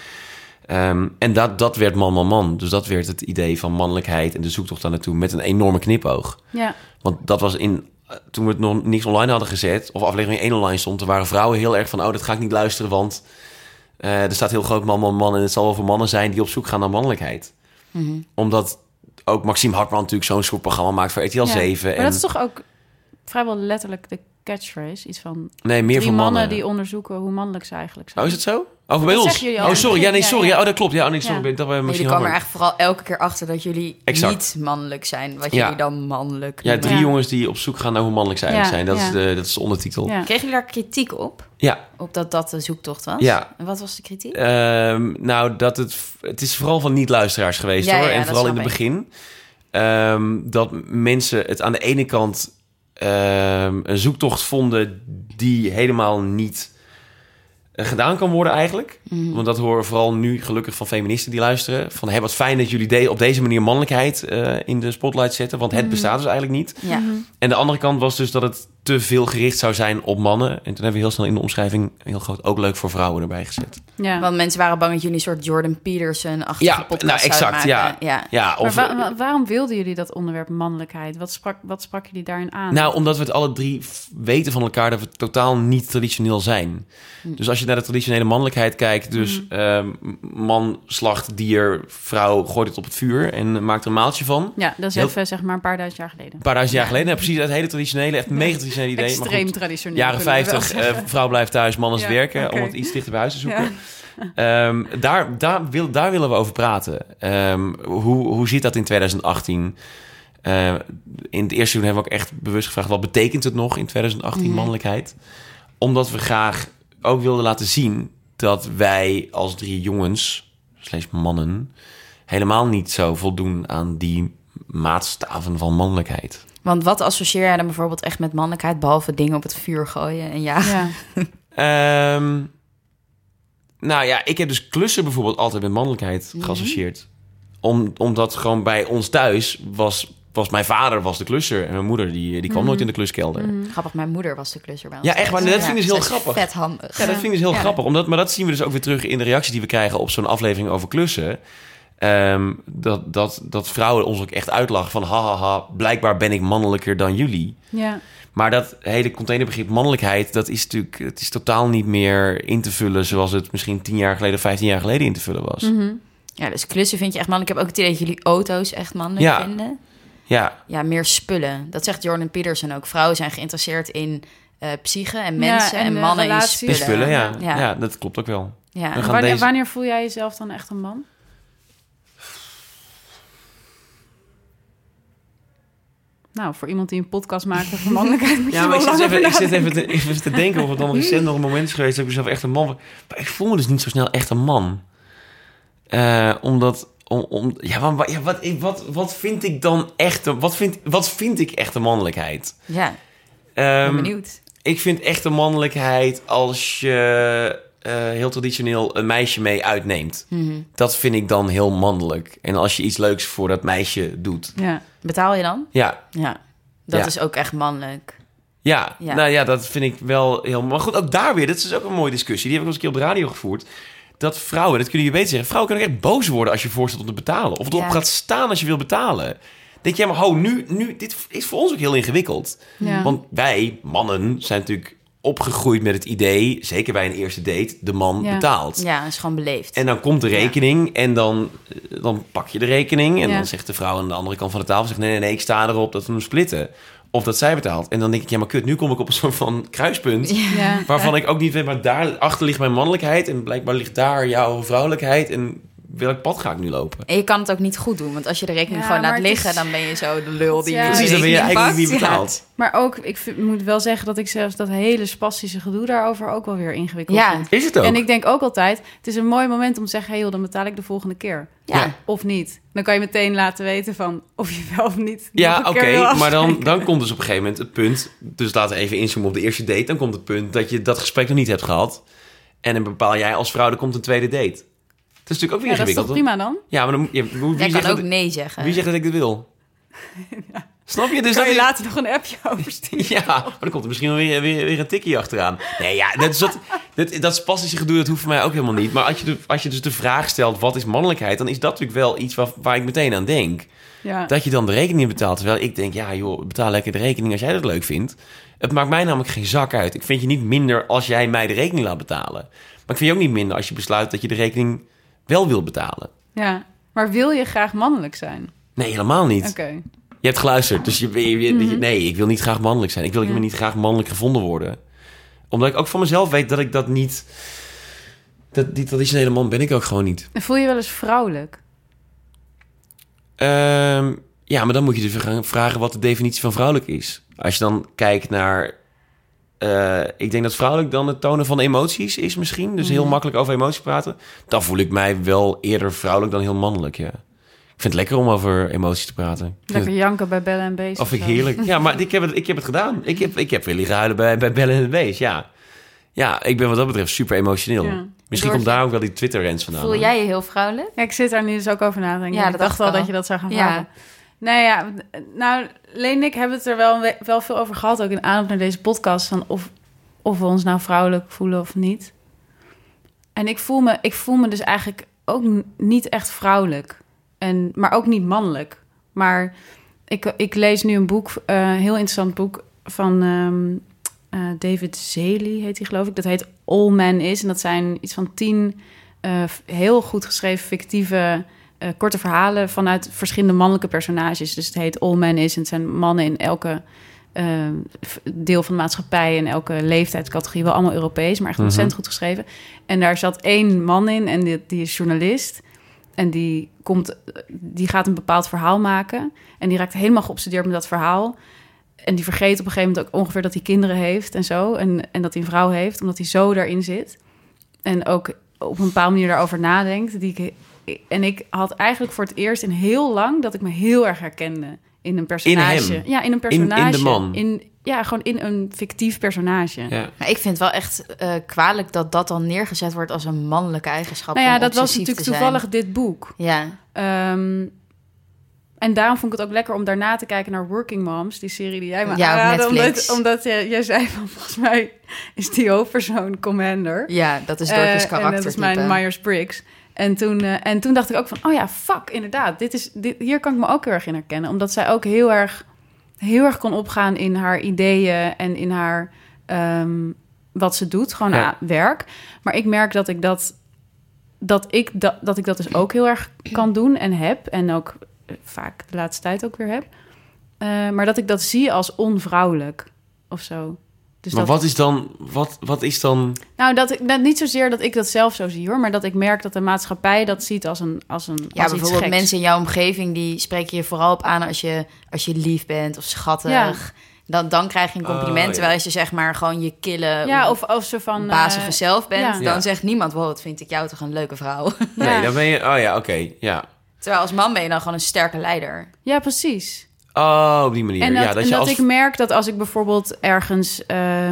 En dat werd man. Dus dat werd het idee van mannelijkheid en de zoektocht daar naartoe met een enorme knipoog. Ja. Want dat was toen we het nog niks online hadden gezet, of aflevering 1 online stond, er waren vrouwen heel erg van, dat ga ik niet luisteren, want er staat heel groot man en het zal wel voor mannen zijn die op zoek gaan naar mannelijkheid. Mm-hmm. Omdat ook Maxime Hartman natuurlijk zo'n soort programma maakt voor RTL 7. Maar dat is toch ook vrijwel letterlijk de catchphrase. Iets van Nee, meer 3 voor mannen mannen. die onderzoeken hoe mannelijk ze eigenlijk zijn. Oh, is het zo? Oh, bij Dat ons? zeggen jullie al. Oh, sorry. Ja, nee, Ja, sorry. ja. Ja, oh, dat klopt. Ja, oh, nee, sorry. Ja. Dat we misschien Jullie komen er wel- eigenlijk vooral elke keer achter dat jullie Exact. niet mannelijk zijn. Wat Ja. jullie dan mannelijk Ja, noemen. 3 Ja. jongens die op zoek gaan naar hoe mannelijk ze eigenlijk Ja, zijn. ja. Dat is de ondertitel. Ja. Kregen jullie daar kritiek op? Ja. Op dat de zoektocht was? Ja. En wat was de kritiek? Nou, dat het is vooral van niet-luisteraars geweest, Ja, hoor. ja, En dat vooral in snap het ik. begin. Dat mensen het aan de ene kant een zoektocht vonden die helemaal niet gedaan kan worden eigenlijk. Want dat horen vooral nu gelukkig van feministen die luisteren. Van, hey, wat fijn dat jullie op deze manier mannelijkheid in de spotlight zetten. Want het bestaat dus eigenlijk niet. Ja. En de andere kant was dus dat het te veel gericht zou zijn op mannen. En toen hebben we heel snel in de omschrijving heel groot ook leuk voor vrouwen erbij gezet. Ja. Want mensen waren bang dat jullie een soort Jordan Peterson-achtige Ja, podcast nou exact, zouden maken. ja. Ja, of, Maar waarom wilden jullie dat onderwerp mannelijkheid? Wat sprak jullie daarin aan? nou, omdat we het alle drie weten van elkaar dat we totaal niet traditioneel zijn. Dus als je naar de traditionele mannelijkheid kijkt, dus man slacht dier, vrouw gooit het op het vuur en maakt er een maaltje van. Ja, dat is Heel- even zeg maar een paar duizend jaar geleden. Een paar duizend jaar geleden, nou, precies het hele traditionele, echt mega traditionele idee. Maar Extreem goed, traditioneel. jaren kunnen we wel 50, zeggen. vrouw blijft thuis, man is Ja, werken, oké. om het iets dichter bij huis te zoeken. Ja. Daar willen we over praten. Hoe zit dat in 2018? In het eerste seizoen hebben we ook echt bewust gevraagd, wat betekent het nog in 2018 mannelijkheid? Omdat we graag ook wilden laten zien dat wij als 3 jongens, /mannen, helemaal niet zo voldoen aan die maatstaven van mannelijkheid. Want wat associeer jij dan bijvoorbeeld echt met mannelijkheid... behalve dingen op het vuur gooien en ja? Ja. Nou ja, ik heb dus klussen bijvoorbeeld altijd met mannelijkheid geassocieerd. Omdat gewoon bij ons thuis was mijn vader was de klusser en mijn moeder die kwam nooit in de kluskelder. Grappig, mijn moeder was de klusser bij ons. Ja, echt waar. thuis. Dat vind ik dus heel zij is grappig. Vet handig. Ja, dat vind ik dus heel Ja. grappig. Maar dat zien we dus ook weer terug in de reacties die we krijgen op zo'n aflevering over klussen. Dat vrouwen ons ook echt uitlachen van hahaha, blijkbaar ben ik mannelijker dan jullie. Ja. Maar dat hele containerbegrip mannelijkheid, dat is natuurlijk, het is totaal niet meer in te vullen zoals het misschien 10 jaar geleden of 15 jaar geleden in te vullen was. Ja, dus klussen vind je echt mannelijk. Ik heb ook het idee dat jullie auto's echt mannelijk Ja. vinden. Ja, Ja, meer spullen. Dat zegt Jordan Peterson ook. Vrouwen zijn geïnteresseerd in psyche en mensen en en de mannen in relaties. spullen. in spullen, ja. Ja. Ja, dat klopt ook wel. Ja. We gaan deze- Wanneer voel jij jezelf dan echt een man? Nou, voor iemand die een podcast maakt over mannelijkheid moet je Ja, maar wel ik lang over zit nadenken. even te denken of het dan recent nog een moment is geweest dat ik mezelf echt een man... Maar ik voel me dus niet zo snel echt een man. Omdat... Wat vind ik dan echt... Wat vind ik echte mannelijkheid? Ja, ik Ehm, ben benieuwd. Ik vind echte mannelijkheid als je heel traditioneel een meisje mee uitneemt. Dat vind ik dan heel mannelijk. En als je iets leuks voor dat meisje doet. Ja. Betaal je dan? Ja, Ja. Dat Ja. is ook echt mannelijk. ja, Ja. nou ja, dat vind ik wel heel... Maar goed, ook daar weer, dat is ook een mooie discussie. Die heb ik eens een keer op de radio gevoerd. Dat vrouwen, dat kunnen jullie beter zeggen... vrouwen kunnen ook echt boos worden als je voorstelt om te betalen. Of erop Ja. gaat staan als je wil betalen. Denk je, maar nu, dit is voor ons ook heel ingewikkeld. Ja. Want wij, mannen, zijn natuurlijk opgegroeid met het idee... zeker bij een eerste date, de man Ja. betaalt. Ja, is gewoon beleefd. En dan komt de rekening en dan pak je de rekening... en Ja. dan zegt de vrouw aan de andere kant van de tafel... zegt, nee, ik sta erop dat we hem splitten. Of dat zij betaalt. En dan denk ik, ja, maar kut, nu kom ik op een soort van kruispunt... Ja. waarvan ik ook niet weet, maar daarachter ligt mijn mannelijkheid... en blijkbaar ligt daar jouw vrouwelijkheid... en welk pad ga ik nu lopen? En je kan het ook niet goed doen. Want als je de rekening Ja, gewoon laat maar het liggen... is- dan ben je zo de lul die Ja. de Precies, dan ben je rekening eigenlijk niet pakt. betaald. Maar ook, moet wel zeggen dat ik zelfs dat hele spastische gedoe daarover ook wel weer ingewikkeld Ja. vind. Is het ook? En ik denk ook altijd, het is een mooi moment om te zeggen... hey joh, dan betaal ik de volgende keer. Ja. Ja. Of niet. Dan kan je meteen laten weten van of je wel of niet... Ja, nog een oké, keer wil maar afspreken. dan komt dus op een gegeven moment het punt... dus laten we even inzoomen op de eerste date... dan komt het punt dat je dat gesprek nog niet hebt gehad... en dan bepaal jij als vrouw, er komt een tweede date. Dat is natuurlijk ook weer Ja, dat is toch ingewikkeld. prima dan? Ja, maar dan, wie, Jij zegt kan ook dat, nee zeggen. wie zegt dat ik dit wil? Snap je? Dus Kan dat je is- later nog een appje oversturen? Ja, maar dan komt er misschien wel weer een tikkie achteraan. Nee, ja, dat spastische gedoe, dat hoeft voor mij ook helemaal niet. Maar als je dus de vraag stelt, wat is mannelijkheid... dan is dat natuurlijk wel iets waar ik meteen aan denk. Ja. Dat je dan de rekening betaalt. Terwijl ik denk, ja joh, betaal lekker de rekening als jij dat leuk vindt. Het maakt mij namelijk geen zak uit. Ik vind je niet minder als jij mij de rekening laat betalen. Maar ik vind je ook niet minder als je besluit dat je de rekening wel wil betalen. Ja. Maar wil je graag mannelijk zijn? Nee, helemaal niet. Oké. Je hebt geluisterd, dus nee, ik wil niet graag mannelijk zijn. Ik wil niet graag mannelijk gevonden worden. Omdat ik ook van mezelf weet dat ik dat niet... Die traditionele man ben ik ook gewoon niet. En voel je wel eens vrouwelijk? Ja, maar dan moet je dus gaan vragen wat de definitie van vrouwelijk is. Als je dan kijkt naar... ik denk dat vrouwelijk dan het tonen van emoties is misschien. Dus heel makkelijk over emoties praten. Dan voel ik mij wel eerder vrouwelijk dan heel mannelijk, ja. Ik vind het lekker om over emoties te praten. Lekker janken bij Bellen en Beest. Of vind ik heerlijk. Ja, maar ik heb het gedaan. Ik heb weer liggen huilen bij Bellen en Beest, ja. Ja, ik ben wat dat betreft super emotioneel. Ja. Misschien komt daar ook wel die Twitter-rants vandaan. Voel jij je heel vrouwelijk? Ja, ik zit daar nu dus ook over na te denken. Ja, Ik dat dacht dacht ik wel al. dat je dat zou gaan Ja. vragen. Nee, ja. Nou, Leen en ik hebben het er wel veel over gehad. Ook in aanloop naar deze podcast. Van of we ons nou vrouwelijk voelen of niet. En ik voel me dus eigenlijk ook niet echt vrouwelijk. Maar ook niet mannelijk. Maar ik lees nu een boek, heel interessant boek van David Zely heet hij, geloof ik. Dat heet All Man Is. En dat zijn iets van 10 heel goed geschreven fictieve korte verhalen vanuit verschillende mannelijke personages. Dus het heet All Man Is. En het zijn mannen in elke deel van de maatschappij en elke leeftijdscategorie, wel allemaal Europees, maar echt ontzettend goed geschreven. En daar zat 1 man in en die is journalist. En die gaat een bepaald verhaal maken. En die raakt helemaal geobsedeerd met dat verhaal. En die vergeet op een gegeven moment ook ongeveer dat hij kinderen heeft en zo. En dat hij een vrouw heeft, omdat hij zo daarin zit. En ook op een bepaalde manier daarover nadenkt. En ik had eigenlijk voor het eerst in heel lang dat ik me heel erg herkende in een personage. In hem? Ja, in een personage. In de man? Gewoon in een fictief personage. Ja. Maar ik vind het wel echt kwalijk dat dat dan neergezet wordt als een mannelijke eigenschap. Nou ja, om dat was obsessief natuurlijk te zijn. toevallig dit boek. Ja, En daarom vond ik het ook lekker om daarna te kijken naar Working Moms, die serie die jij me Ja, op aanraadde. Netflix. Omdat jij zei van, volgens mij is die hoofdpersoon Commander. ja, dat is Dorothy's En karaktertype. dat is mijn Myers-Briggs. En toen dacht ik ook van, oh ja, fuck, inderdaad. Hier kan ik me ook heel erg in herkennen. Omdat zij ook heel erg kon opgaan in haar ideeën en in haar wat ze doet, gewoon werk. Maar ik merk dat ik dat dus ook heel erg kan doen en heb. En ook vaak de laatste tijd ook weer heb. Maar dat ik dat zie als onvrouwelijk of zo. Dus Maar wat is dan... Nou, niet zozeer dat ik dat zelf zo zie, hoor. Maar dat ik merk dat de maatschappij dat ziet als Ja, als iets bijvoorbeeld geks. mensen in jouw omgeving, die spreken je vooral op aan als je lief bent of schattig. Ja. Dan krijg je een compliment. ja. Terwijl als je zeg maar gewoon je kille, Ja, of zo van... bazige zelf bent, ja. dan zegt niemand, wow, wat vind ik jou toch een leuke vrouw. Nee, dan ben je... Oh ja, oké, ja. Terwijl als man ben je dan gewoon een sterke leider. Ja, precies. Oh, op die manier. En ja, dat ik merk dat als ik bijvoorbeeld ergens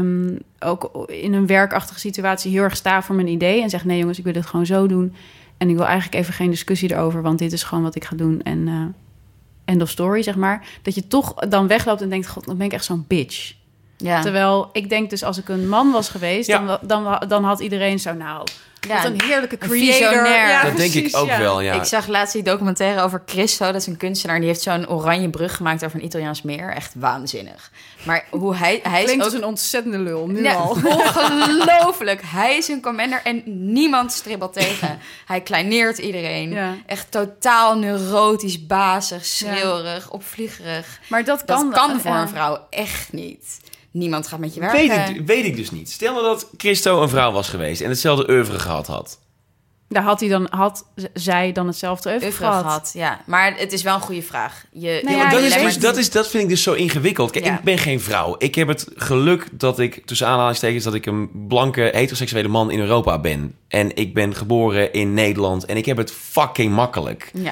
ook in een werkachtige situatie heel erg sta voor mijn idee en zeg, nee jongens, ik wil dit gewoon zo doen. En ik wil eigenlijk even geen discussie erover, want dit is gewoon wat ik ga doen. En end of story, zeg maar. Dat je toch dan wegloopt en denkt, god, dan ben ik echt zo'n bitch. Ja. Terwijl ik denk dus, als ik een man was geweest, Ja. dan had iedereen zo, nou, Ja, wat een heerlijke een creator. visionair. Ja, Dat denk ik precies, ook ja. wel, ja. Ik zag laatst die documentaire over Christo. Dat is een kunstenaar. Die heeft zo'n oranje brug gemaakt over een Italiaans meer. Echt waanzinnig. Maar hoe hij is Klinkt ook... als een ontzettende lul, nu Ja, al. ongelooflijk. Hij is een commander en niemand stribbelt tegen. Hij kleineert iedereen. Ja. Echt totaal neurotisch, bazig, schreeuwerig, opvliegerig. Maar dat Dat kan voor ja. een vrouw echt niet. Niemand gaat met je werken. Weet ik dus niet. Stel nou dat Christo een vrouw was geweest en hetzelfde oeuvre gehad had. Daar had zij dan hetzelfde over Oeuvre gehad. gehad, ja. Maar het is wel een goede vraag. Nou maar ja, dat, je is weet- dus, dat vind ik dus zo ingewikkeld. Kijk, Ja. ik ben geen vrouw. Ik heb het geluk dat ik, tussen aanhalingstekens, dat ik een blanke, heteroseksuele man in Europa ben. En ik ben geboren in Nederland en ik heb het fucking makkelijk. Ja,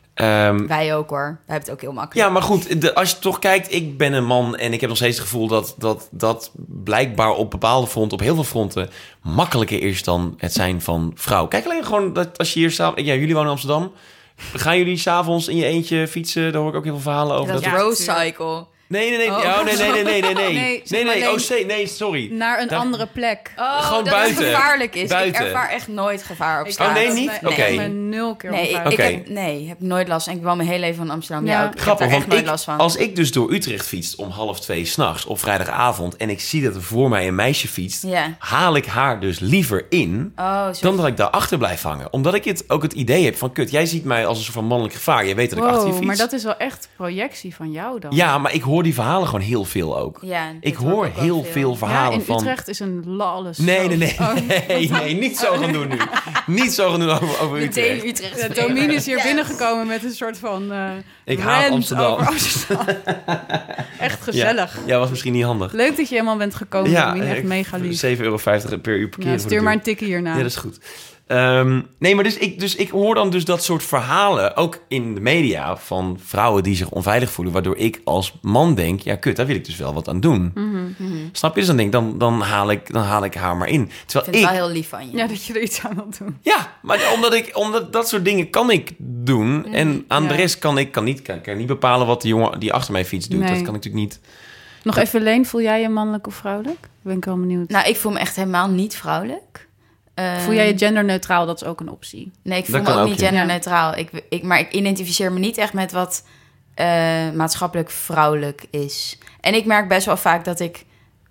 wij ook hoor. Wij hebben het ook heel makkelijk. Ja, maar goed, als je toch kijkt, ik ben een man en ik heb nog steeds het gevoel dat blijkbaar op bepaalde fronten, op heel veel fronten, makkelijker is dan het zijn van vrouw. Kijk alleen gewoon dat als je hier samen, ja, jullie wonen in Amsterdam, gaan jullie s'avonds in je eentje fietsen? Daar hoor ik ook heel veel verhalen over. Dat Ja, Rose Cycle. Nee. Oh. Oh, nee. zeg maar, Nee, sorry. Naar een andere plek. Oh, Gewoon dat buiten. het gevaarlijk is. Buiten. Ik ervaar echt nooit gevaar op Ik- straat. Oh, nee, niet? Nee, Oké. ik ben 0 keer Nee, onveilig. ik heb nooit last. En ik woon mijn hele leven in Amsterdam. Ja. Ja, ook. Ik heb Grappig, daar echt want nooit last van. als ik dus door Utrecht fiets om 1:30 s'nachts op vrijdagavond... en ik zie dat er voor mij een meisje fietst... Ja. haal ik haar dus liever in... Oh, zo. dan dat ik daarachter blijf hangen. Omdat ik ook het idee heb van... kut, jij ziet mij als een soort van mannelijk gevaar. Je weet dat ik achter je Wow, fiets. maar dat is wel echt projectie van jou dan. Ja, maar ik hoor die verhalen gewoon heel veel ook. Ja, Ik dat hoor ook wel heel veel Ja, verhalen in van... Utrecht is een lawless. Nee, Oh. nee, niet zo gaan doen nu. Niet zo gaan doen over Meteen Utrecht. Utrecht. Ja, spreken. Domien is hier Ja. binnengekomen met een soort van Ik haat rant Amsterdam. over Amsterdam. Echt gezellig. Ja, was misschien niet handig. Leuk dat je helemaal bent gekomen, Domien. Echt mega lief. €7,50 per uur parkeren. Ja, voor stuur de maar deur. een tikkie hierna. Ja, dat is goed. Nee, maar dus ik hoor dan dus dat soort verhalen... ook in de media van vrouwen die zich onveilig voelen... waardoor ik als man denk... ja, kut, daar wil ik dus wel wat aan doen. Snap je? Dus dan denk ik, dan haal ik haar maar in. Ik Terwijl vind het wel heel lief van je. Ja, dat je er iets aan wilt doen. Ja, maar omdat dat soort dingen kan ik doen. En aan Ja. de rest kan ik niet bepalen... wat de jongen die achter mij fietst doet. Nee. Dat kan ik natuurlijk niet... Nog even, Leen, voel jij je mannelijk of vrouwelijk? Ben ik wel benieuwd. Nou, ik voel me echt helemaal niet vrouwelijk. Voel jij je genderneutraal? Dat is ook een optie. Nee, ik voel Dat me kan ook ook, niet ja. genderneutraal. Maar ik identificeer me niet echt met wat maatschappelijk vrouwelijk is. En ik merk best wel vaak dat ik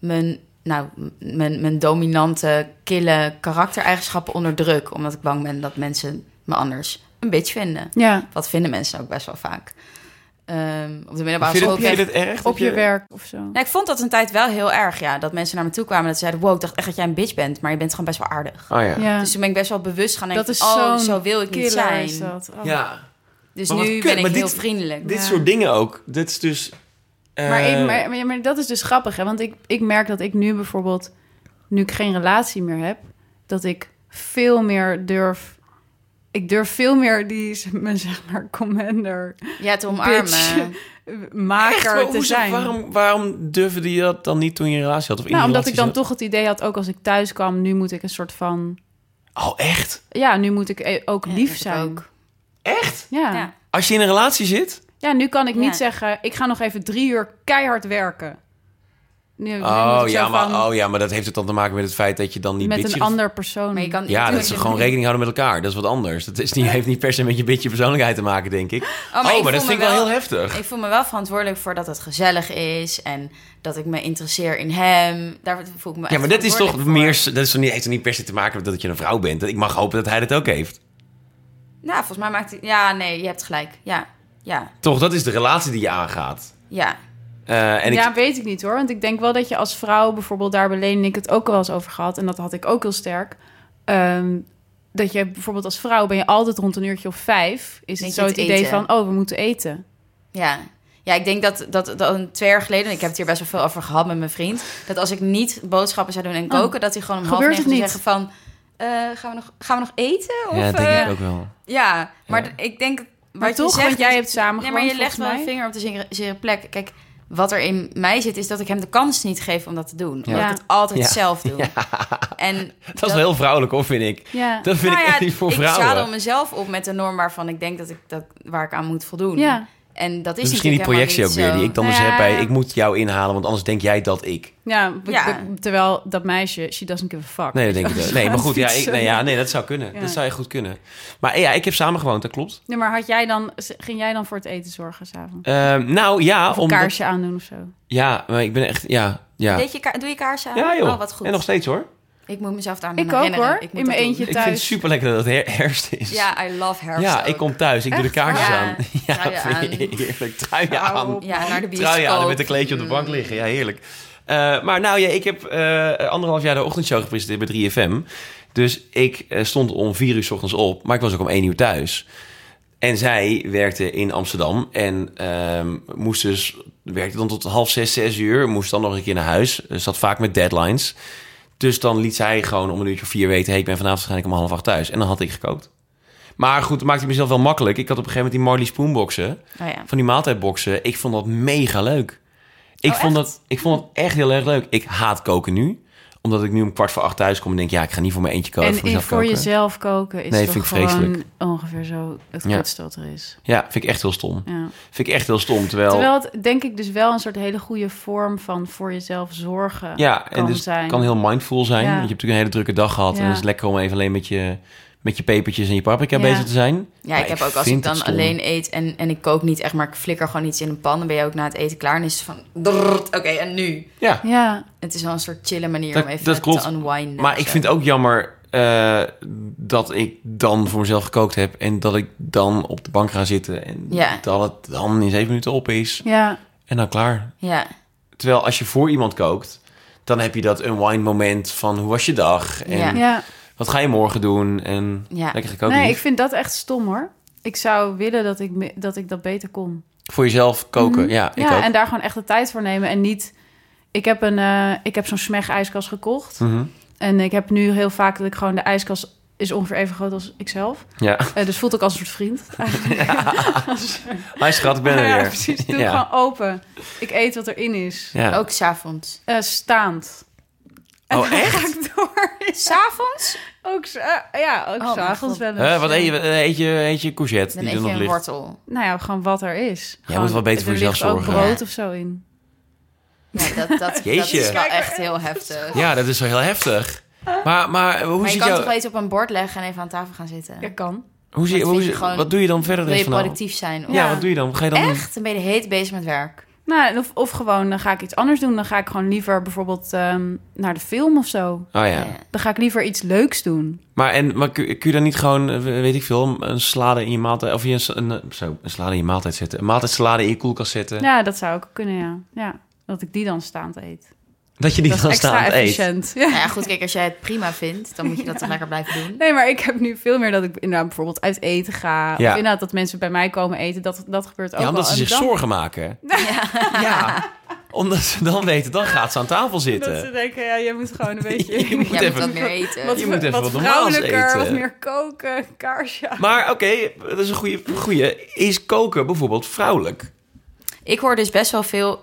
mijn dominante, kille karaktereigenschappen onderdruk. Omdat ik bang ben dat mensen me anders een bitch vinden. Ja, Wat vinden mensen ook best wel vaak. Op de middelbare Vind school... je dit erg? op je werk of zo. Nou, ik vond dat een tijd wel heel erg, ja. Dat mensen naar me toe kwamen en dat zeiden... wow, ik dacht echt dat jij een bitch bent, maar je bent gewoon best wel aardig. Oh ja. Ja, Dus toen ben ik best wel bewust gaan denken... dat is oh, zo'n zo wil ik niet killer zijn. is dat. Oh. Ja. Dus Maar wat nu kut, ben ik maar heel dit- vriendelijk. Dit Ja. soort dingen ook. Dit is dus... Maar dat is dus grappig, hè? Want ik merk dat ik nu bijvoorbeeld... nu ik geen relatie meer heb... dat ik veel meer durf... Ik durf veel meer die, zeg maar, commander... Ja, te omarmen. bitch, maker te zijn. Waarom durfde die dat dan niet toen je een relatie had? Of in Nou, een omdat ik dan relatie toch het idee had... ook als ik thuis kwam, nu moet ik een soort van... zat? Oh, echt? Ja, nu moet ik ook Ja, lief dat zijn. ook. Echt? Ja. Ja. Als je in een relatie zit? Ja, nu kan ik Ja. niet zeggen... ik ga nog even 3 uur keihard werken. Nu moet Oh ik zo ja, van, maar dat heeft het dan te maken met het feit dat je dan niet met bitchy... een ander persoon. Maar je kan, Ja, dat natuurlijk- ze gewoon rekening houden met elkaar. Dat is wat anders. Dat is niet, heeft niet per se met je bitchy persoonlijkheid te maken, denk ik. maar Maar, ik dat voel vind ik me wel wel- heel heftig. Ik voel me wel verantwoordelijk voor dat het gezellig is... en dat ik me interesseer in hem. Daar voel ik me Ja, echt maar dat is toch verantwoordelijk voor. meer... Dat is toch niet, heeft toch niet per se te maken met dat je een vrouw bent? Ik mag hopen dat hij dat ook heeft. Nou, volgens mij maakt hij... Ja, nee, je hebt gelijk. Ja. Toch, dat is de relatie die je aangaat. En Ja, weet ik niet hoor. Want ik denk wel dat je als vrouw... bijvoorbeeld daar bij Leen en ik het ook wel eens over gehad... en dat had ik ook heel sterk... dat je bijvoorbeeld als vrouw... ben je altijd rond 5:00... is Denk het je zo het het idee eten? van... oh, we moeten eten. Ja, ik denk dat 2 jaar geleden... en ik heb het hier best wel veel over gehad met mijn vriend... dat als ik niet boodschappen zou doen en koken... dat hij gewoon om Gebeurt 8:30 het niet? zeggen van... gaan we nog eten? Of, ja, denk ik ook wel. Ja, maar Ja. ik denk... Maar wat je toch, zegt, want jij is- hebt samen Nee, maar je gewoond, legt wel een volgens mij. vinger op de zere plek. Kijk, wat er in mij zit... is dat ik hem de kans niet geef om dat te doen. Omdat Ja. ik het altijd Ja. zelf doe. En Dat is wel heel vrouwelijk, hoor, vind ik. Ja. Dat vind ik echt niet voor ik vrouwen. zadel mezelf op met de norm waarvan ik denk waar ik aan moet voldoen. Ja. En dat is Dus misschien die natuurlijk projectie ook helemaal weer. Die niet ik dan zo. dus Nou heb ja. bij... Ik moet jou inhalen, want anders denk jij dat ik... Ja, Ja. terwijl dat meisje... she doesn't give a fuck. Nee, dat denk ik wel. Nee, maar goed, ja, dat zou kunnen. Ja. Dat zou je goed kunnen. Maar ja, ik heb samen gewoond, dat klopt. Nee, maar ging jij dan voor het eten zorgen s'avonds? Nou ja, Of een omdat... kaarsje aandoen of zo? Ja, maar ik ben echt... Ja. Doe je kaarsen aan? Ja, joh. Oh, wat goed. En nog steeds, hoor. Ik moet mezelf daar Ik aan ook, herinneren. hoor. Ik moet In mijn dat eentje doen. Ik vind het thuis. super lekker dat het herfst is. Ja, I love herfst Ja, ook. ik kom thuis, ik doe de Echt kaarsjes waar? aan. Ja, truien aan. Heerlijk, truien Hou aan. op. Ja, naar de Truien aan bioscoop. en met een kleedje op de bank liggen. Ja, heerlijk. Maar nou ja, ik heb 1,5 jaar de ochtendshow gepresenteerd bij 3FM. Dus ik stond om 4:00 's ochtends op, maar ik was ook om 1:00 thuis. En zij werkte in Amsterdam en werkte dan tot 5:30, 6:00. Moest dan nog een keer naar huis. Zat vaak met deadlines. Dus dan liet zij gewoon om 4:00 weten... hey, ik ben vanavond waarschijnlijk om 7:30 thuis. En dan had ik gekookt. Maar goed, dat maakte ik mezelf wel makkelijk. Ik had op een gegeven moment die Marley Spoonboxen. Oh ja. Van die maaltijdboxen. Ik vond dat mega leuk. Ik vond het echt heel erg leuk. Ik haat koken nu. omdat ik nu om 7:15 thuis kom en denk... ja, ik ga niet voor mijn eentje koken. En voor jezelf koken is Nee, toch vind ik gewoon vreselijk. ongeveer zo het kutste wat er is. Ja, vind ik echt heel stom. Ja. Vind ik echt heel stom, terwijl het denk ik dus wel een soort hele goede vorm van voor jezelf zorgen ja, en kan dus zijn. kan heel mindful zijn. Ja. Want je hebt natuurlijk een hele drukke dag gehad. Ja. En het is lekker om even alleen met je pepertjes en je paprika bezig te zijn. Ja, Maar ik heb ook als ik vind dan het stom. alleen eet en ik kook niet echt, maar ik flikker gewoon iets in een pan. Dan ben je ook na het eten klaar en is het van... Oké, en nu? Ja, Ja, Het is wel een soort chille manier Dat- om even dat klopt. te unwinden. maar of ik zo. vind het ook jammer dat ik dan voor mezelf gekookt heb... en dat ik dan op de bank ga zitten en Ja. dat het dan in 7 minuten op is. ja. En dan klaar. Ja, Terwijl als je voor iemand kookt... dan heb je dat unwind moment van hoe was je dag? En Ja. Ja. wat ga je morgen doen? En Ja. lekker gekookt. Nee, lief. ik vind dat echt stom hoor. Ik zou willen dat ik dat beter kon. Voor jezelf koken, ja. Ik Ja, ook. en daar gewoon echt de tijd voor nemen. En niet... Ik heb zo'n Smeg ijskast gekocht. Mhm. En ik heb nu heel vaak dat ik gewoon... De ijskast is ongeveer even groot als ikzelf. Ja. Dus voelt ook als een soort vriend. Hi schat, ik ben er Ja, weer. precies. Doe Ja. gewoon open. Ik eet wat erin is. Ja. ook 's avonds. Staand. Oh, echt? Ga ik door. 's Avonds? Ook Oh, s'avonds mijn wel eens. Wat eet je courgette Dan die eet er je nog een ligt? wortel. Nou ja, gewoon wat er is. Jij moet wel beter voor jezelf Er ligt zorgen. ook brood Ja. of zo in. Ja, dat Jeetje. is wel echt heel heftig. Ja, dat is wel heel heftig. Maar hoe Maar je ziet kan jou... toch wel iets op een bord leggen en even aan tafel gaan zitten. Ja, kan. Hoe zie, dat hoe vind je zie- gewoon- wat doe je dan verder de Wil rest je van de avond? productief zijn? Ja, wat doe je dan? Wat ga je dan doen? Echt? Dan ben je de heet bezig met werk. Nou, of gewoon, dan ga ik iets anders doen. Dan ga ik gewoon liever bijvoorbeeld naar de film of zo. Oh ja. Dan ga ik liever iets leuks doen. Maar kun je dan niet gewoon, weet ik veel, een salade in je maaltijd... of een salade in je maaltijd zetten? Een maaltijdsalade in je koelkast zetten? Ja, dat zou ook kunnen, ja. Ja, dat ik die dan staand eet. Dat je die Dat is dan extra staand eet? efficiënt. Ja. Nou ja, goed, kijk, als jij het prima vindt, dan moet je dat toch lekker blijven doen. Nee, maar ik heb nu veel meer dat ik inderdaad bijvoorbeeld uit eten ga. Ja. Of inderdaad dat mensen bij mij komen eten. Dat gebeurt ook Ja, omdat wel. ze En zich dan- zorgen maken. Ja, omdat ze dan weten, dan gaat ze aan tafel Dat ze zitten. denken, ja, jij moet gewoon een beetje... Je moet Jij even- moet wat meer eten. wat, je moet even wat wat normaals vrouwelijker, eten. wat meer koken, kaarsje. Maar oké, dat is een goede. Is koken bijvoorbeeld vrouwelijk? Ik hoor dus best wel veel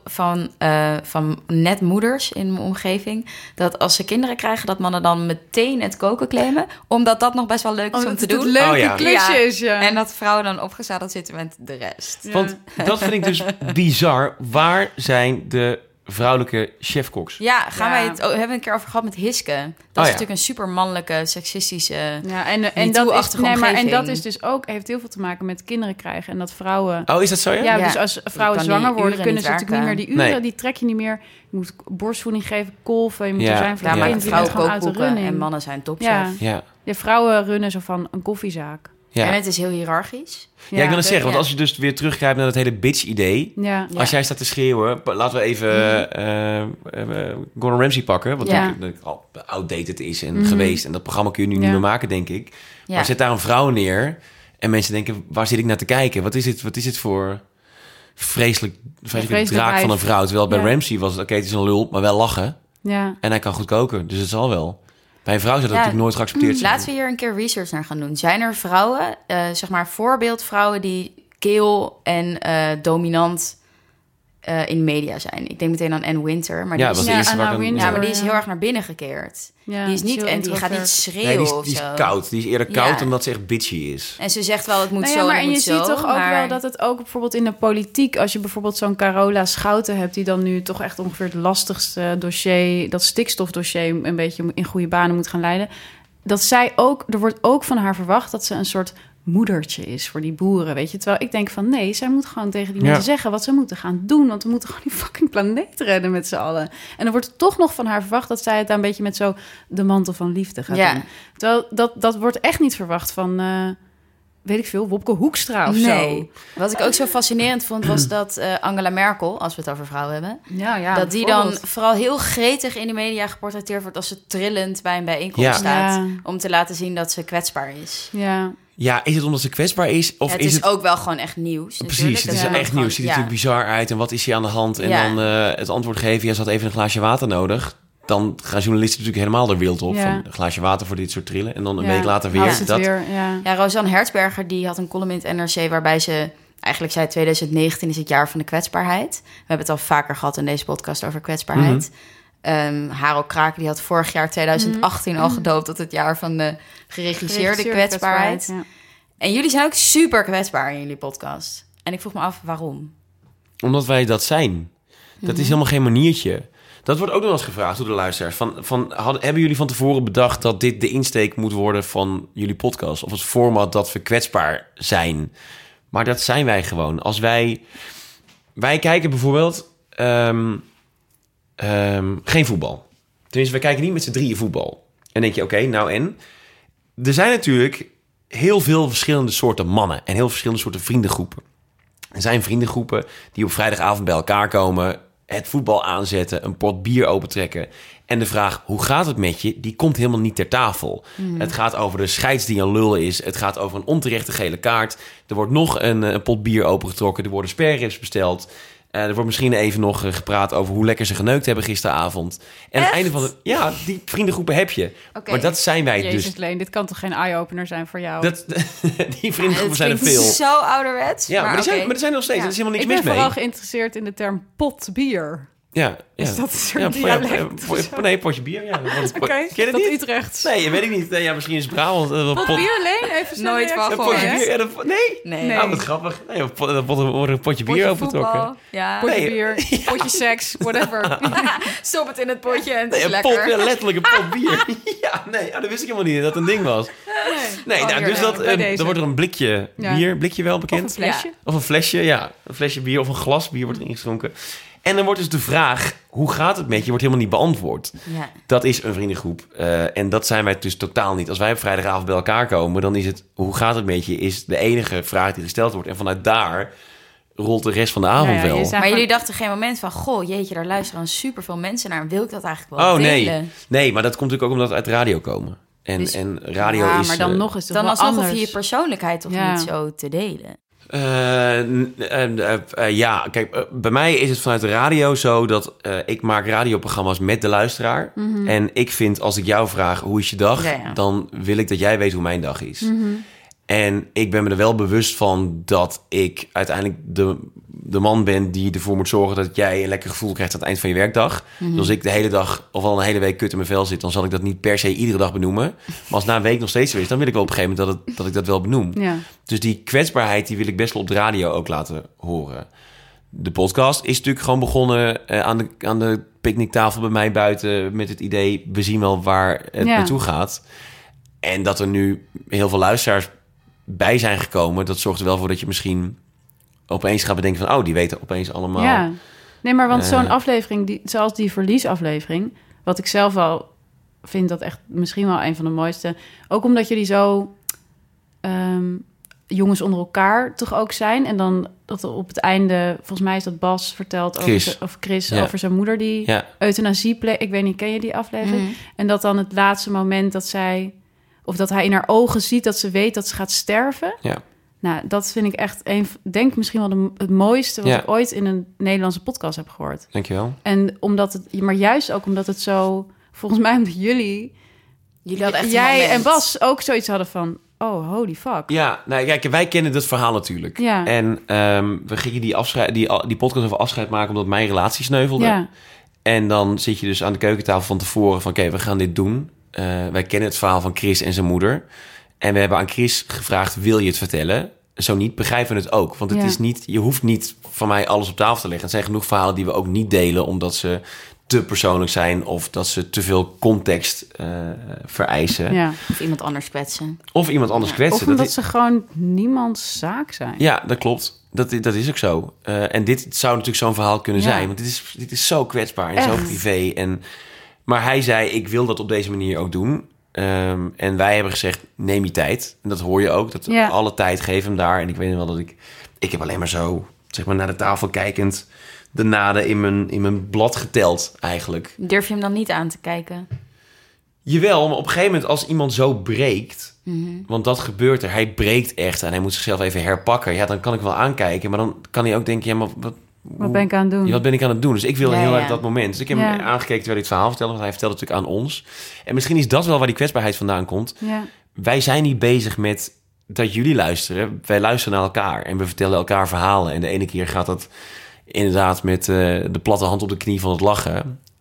van net moeders in mijn omgeving... dat als ze kinderen krijgen, dat mannen dan meteen het koken claimen... omdat dat nog best wel leuk is om Omdat te het doen. een leuke Oh, ja. klusje is, ja. En dat vrouwen dan opgezadeld zitten met de rest. Ja. Want dat vind ik dus bizar. Waar zijn de vrouwelijke chefkoks? Ja, gaan Ja. wij het hebben we een keer over gehad met Hiske. Dat is ja. natuurlijk een super mannelijke, seksistische... Ja, en dat is, MeToo-achtige en omgeving. dat is dus ook, heeft heel veel te maken met kinderen krijgen. En dat vrouwen... Oh, is dat zo, ja? Ja, Ja. dus als vrouwen kan die zwanger worden, uren kunnen niet ze natuurlijk niet meer werken. die uren, Nee. die trek je niet meer. Je moet borstvoeding geven, kolven, je moet Ja. er zijn voor Daar je maken kind. Je bent vrouwen gewoon uit de kookboeken running. en mannen zijn topchef. Ja. Ja. De vrouwen runnen zo van een koffiezaak. Ja. En het is heel hieraardis. Ja, ik wil het zeggen, want ja. als je dus weer terugkijkt naar dat hele bitch-idee... Ja. Ja. Als jij staat te schreeuwen, laten we even Gordon Ramsay pakken... wat Ja. natuurlijk al outdated is en geweest. En dat programma kun je nu niet Ja. meer maken, denk ik. Ja. Maar zet daar een vrouw neer... en mensen denken, waar zit ik naar te kijken? Wat is dit voor vreselijk vreselijk draak van een wijf. vrouw? Terwijl bij Ja. Ramsay was het, oké, het is een lul, maar wel lachen. Ja. En hij kan goed koken, dus het zal wel. Bij een vrouw zou dat Ja. natuurlijk nooit geaccepteerd zijn. Laten we hier een keer research naar gaan doen. Zijn er vrouwen, zeg maar voorbeeldvrouwen... die kil en dominant in media zijn? Ik denk meteen aan Anne Winter. Maar Ja, die was is, de eerste Anna waar ik aan- Wintour, ja, maar die is ja. heel erg naar binnen gekeerd. Ja, Die is niet heel en die gaat niet introvert. schreeuwen Nee, die of is zo. koud. Die is eerder koud Ja. dan dat ze echt bitchy is. En ze zegt wel, het moet Nou zo ja, maar en en het je moet ziet zo. toch ook maar... wel dat het ook bijvoorbeeld in de politiek... als je bijvoorbeeld zo'n Carola Schouten hebt... die dan nu toch echt ongeveer het lastigste dossier... dat stikstofdossier een beetje in goede banen moet gaan leiden... dat zij ook... er wordt ook van haar verwacht dat ze een soort moedertje is voor die boeren, weet je. Terwijl ik denk van nee, zij moet gewoon tegen die Ja. mensen zeggen wat ze moeten gaan doen. Want we moeten gewoon die fucking planeet redden met z'n allen. En dan wordt er toch nog van haar verwacht dat zij het daar een beetje met zo de mantel van liefde gaat Ja. doen. Terwijl dat wordt echt niet verwacht van, weet ik veel, Wopke Hoekstra of zo. Nee. Wat ik ook zo fascinerend vond, was dat Angela Merkel, als we het over vrouwen hebben, Ja, dat die dan bijvoorbeeld. vooral heel gretig in de media geportretteerd wordt als ze trillend bij een bijeenkomst Ja. staat. Ja. Om te laten zien dat ze kwetsbaar is. Ja. Ja, is het omdat ze kwetsbaar is? Of Het is is het... ook wel gewoon echt nieuws. Precies, het is Ja. echt nieuws. Ziet er natuurlijk bizar uit. En wat is hier aan de hand? En Ja. dan het antwoord geven. Ja, ze had even een glaasje water nodig. Dan gaan journalisten natuurlijk helemaal de wereld op. Ja. Van een glaasje water voor dit soort trillen. En dan een Ja. week later weer. Houdt het Dat, weer, ja. Ja, Rosanne Hertzberger die had een column in het NRC waarbij ze eigenlijk zei 2019 is het jaar van de kwetsbaarheid. We hebben het al vaker gehad in deze podcast over kwetsbaarheid. Haro Kraken, die had vorig jaar 2018 al gedoopt tot het jaar van de geregisseerde kwetsbaarheid. Ja. En jullie zijn ook super kwetsbaar in jullie podcast. En ik vroeg me af, waarom? Omdat wij dat zijn. Dat is helemaal geen maniertje. Dat wordt ook nog eens gevraagd door de luisteraars. Hebben jullie van tevoren bedacht dat dit de insteek moet worden van jullie podcast? Of het format dat we kwetsbaar zijn? Maar dat zijn wij gewoon. Als wij kijken bijvoorbeeld geen voetbal. Tenminste, wij kijken niet met z'n drieën voetbal. En denk je, oké, nou en? Er zijn natuurlijk heel veel verschillende soorten mannen en heel verschillende soorten vriendengroepen. Er zijn vriendengroepen die op vrijdagavond bij elkaar komen, het voetbal aanzetten, een pot bier opentrekken. En de vraag, hoe gaat het met je, die komt helemaal niet ter tafel. Het gaat over de scheids die een lul is. Het gaat over een onterechte gele kaart. Er wordt nog een pot bier opengetrokken. Er worden spareribs besteld. Er wordt misschien even nog gepraat over hoe lekker ze geneukt hebben gisteravond. En aan het einde van de... Ja, die vriendengroepen heb je. Okay. Maar dat zijn wij Jezus, dus. Leen, dit kan toch geen eye-opener zijn voor jou? Die vriendengroepen zijn er veel. Zo ouderwets. Ja, maar oké. er zijn nog steeds. Er is helemaal niks Ik ben mis mee. vooral geïnteresseerd in de term pot bier. Ja. Is dat een soort dialect? Nee, potje bier. Ja. Oké, Ken je dat dat niet? Utrecht. Nee, weet ik niet. Nee, ja, misschien is het Brabant. Pot bier, Leen? Even snel Nooit reactie. van Potje gehoord. bier. Ja, nee? Nee. Oh, wat grappig. Nee, er wordt een potje bier opengetrokken. Ja. Potje Nee. bier, potje seks, whatever. Stop het in het potje en het is Nee, lekker. letterlijk een pot bier. Ja, nee, dat wist ik helemaal niet dat het een ding was. Nee, Oh, nou, dus heerlijk. Bij deze. dan wordt er een blikje Ja. bier. Blikje wel Of een bekend? flesje. Of een flesje, ja. Een flesje bier of een glas bier wordt erin geschonken. En dan wordt dus de vraag, hoe gaat het met je, wordt helemaal niet beantwoord. Ja. Dat is een vriendengroep. En dat zijn wij dus totaal niet. Als wij op vrijdagavond bij elkaar komen, dan is het, hoe gaat het met je, is de enige vraag die gesteld wordt. En vanuit daar rolt de rest van de avond Ja, ja, je wel. zei- Maar jullie dachten geen moment van... Goh, jeetje, daar luisteren superveel mensen naar. Wil ik dat eigenlijk wel Oh, delen? nee, maar dat komt natuurlijk ook omdat we uit radio komen. Dus- En radio Ja, is... maar dan nog is het Dan wel alsnog anders. hoef je je persoonlijkheid toch Ja. niet zo te delen? Ja, kijk, bij mij is het vanuit de radio zo dat ik maak radioprogramma's met de luisteraar. En ik vind, als ik jou vraag, hoe is je dag? Ja. Dan wil ik dat jij weet hoe mijn dag is. En ik ben me er wel bewust van dat ik uiteindelijk de man ben die ervoor moet zorgen dat jij een lekker gevoel krijgt aan het eind van je werkdag. Dus als ik de hele dag of al een hele week kut in mijn vel zit, dan zal ik dat niet per se iedere dag benoemen. Maar als het na een week nog steeds zo is, dan wil ik wel op een gegeven moment dat ik dat wel benoem. Ja. Dus die kwetsbaarheid, die wil ik best wel op de radio ook laten horen. De podcast is natuurlijk gewoon begonnen aan de picknicktafel bij mij buiten met het idee, we zien wel waar het Ja. naartoe gaat. En dat er nu heel veel luisteraars bij zijn gekomen, dat zorgt er wel voor dat je misschien opeens gaat bedenken van, oh, die weten opeens allemaal. Ja. Nee, maar want zo'n aflevering, zoals die verliesaflevering, wat ik zelf wel vind dat echt misschien wel een van de mooiste, ook omdat jullie zo jongens onder elkaar toch ook zijn. En dan dat er op het einde, volgens mij is dat Bas vertelt Chris Ja. over zijn moeder die Ja. euthanasie pleegt. Ik weet niet, ken je die aflevering? En dat dan het laatste moment dat zij, of dat hij in haar ogen ziet dat ze weet dat ze gaat sterven. Ja. Nou, dat vind ik echt denk misschien wel het mooiste wat Ja. ik ooit in een Nederlandse podcast heb gehoord. Dankjewel. En omdat het, maar juist ook omdat het zo, volgens mij omdat jullie hadden echt een jij moment. en Bas ook zoiets hadden van, oh, holy fuck. Ja, nou kijk, wij kennen dat verhaal natuurlijk. Ja. En we gingen die podcast over afscheid maken omdat mijn relatie sneuvelde. Ja, En dan zit je dus aan de keukentafel van tevoren van, oké, we gaan dit doen. Wij kennen het verhaal van Chris en zijn moeder. En we hebben aan Chris gevraagd, wil je het vertellen? Zo niet, begrijpen we het ook. Want het Ja. is niet, je hoeft niet van mij alles op tafel te leggen. Het zijn genoeg verhalen die we ook niet delen, omdat ze te persoonlijk zijn of dat ze te veel context vereisen. ja. Of iemand anders kwetsen. Of iemand anders kwetsen. Of omdat Dat is- ze gewoon niemands zaak zijn. Ja, dat klopt. Dat is ook zo. En dit zou natuurlijk zo'n verhaal kunnen Ja. zijn. Want dit is zo kwetsbaar en zo Echt. privé. Maar hij zei, ik wil dat op deze manier ook doen. En wij hebben gezegd, neem je tijd. En dat hoor je ook. Dat Ja. alle tijd, geef hem daar. En ik weet wel dat ik heb alleen maar zo, zeg maar, naar de tafel kijkend de naden in mijn blad geteld eigenlijk. Durf je hem dan niet aan te kijken? Jawel, maar op een gegeven moment als iemand zo breekt, want dat gebeurt er, hij breekt echt en hij moet zichzelf even herpakken. Ja, dan kan ik wel aankijken, maar dan kan hij ook denken, ja, maar Wat ben ik aan het doen? ja, wat ben ik aan het doen? Dus ik wilde Ja, heel ja. erg dat moment. Dus ik heb Ja. hem aangekeken terwijl hij het verhaal vertelde, want hij vertelde natuurlijk aan ons. En misschien is dat wel waar die kwetsbaarheid vandaan komt. Ja. Wij zijn niet bezig met dat jullie luisteren. Wij luisteren naar elkaar en we vertellen elkaar verhalen. En de ene keer gaat dat inderdaad met de platte hand op de knie van het lachen.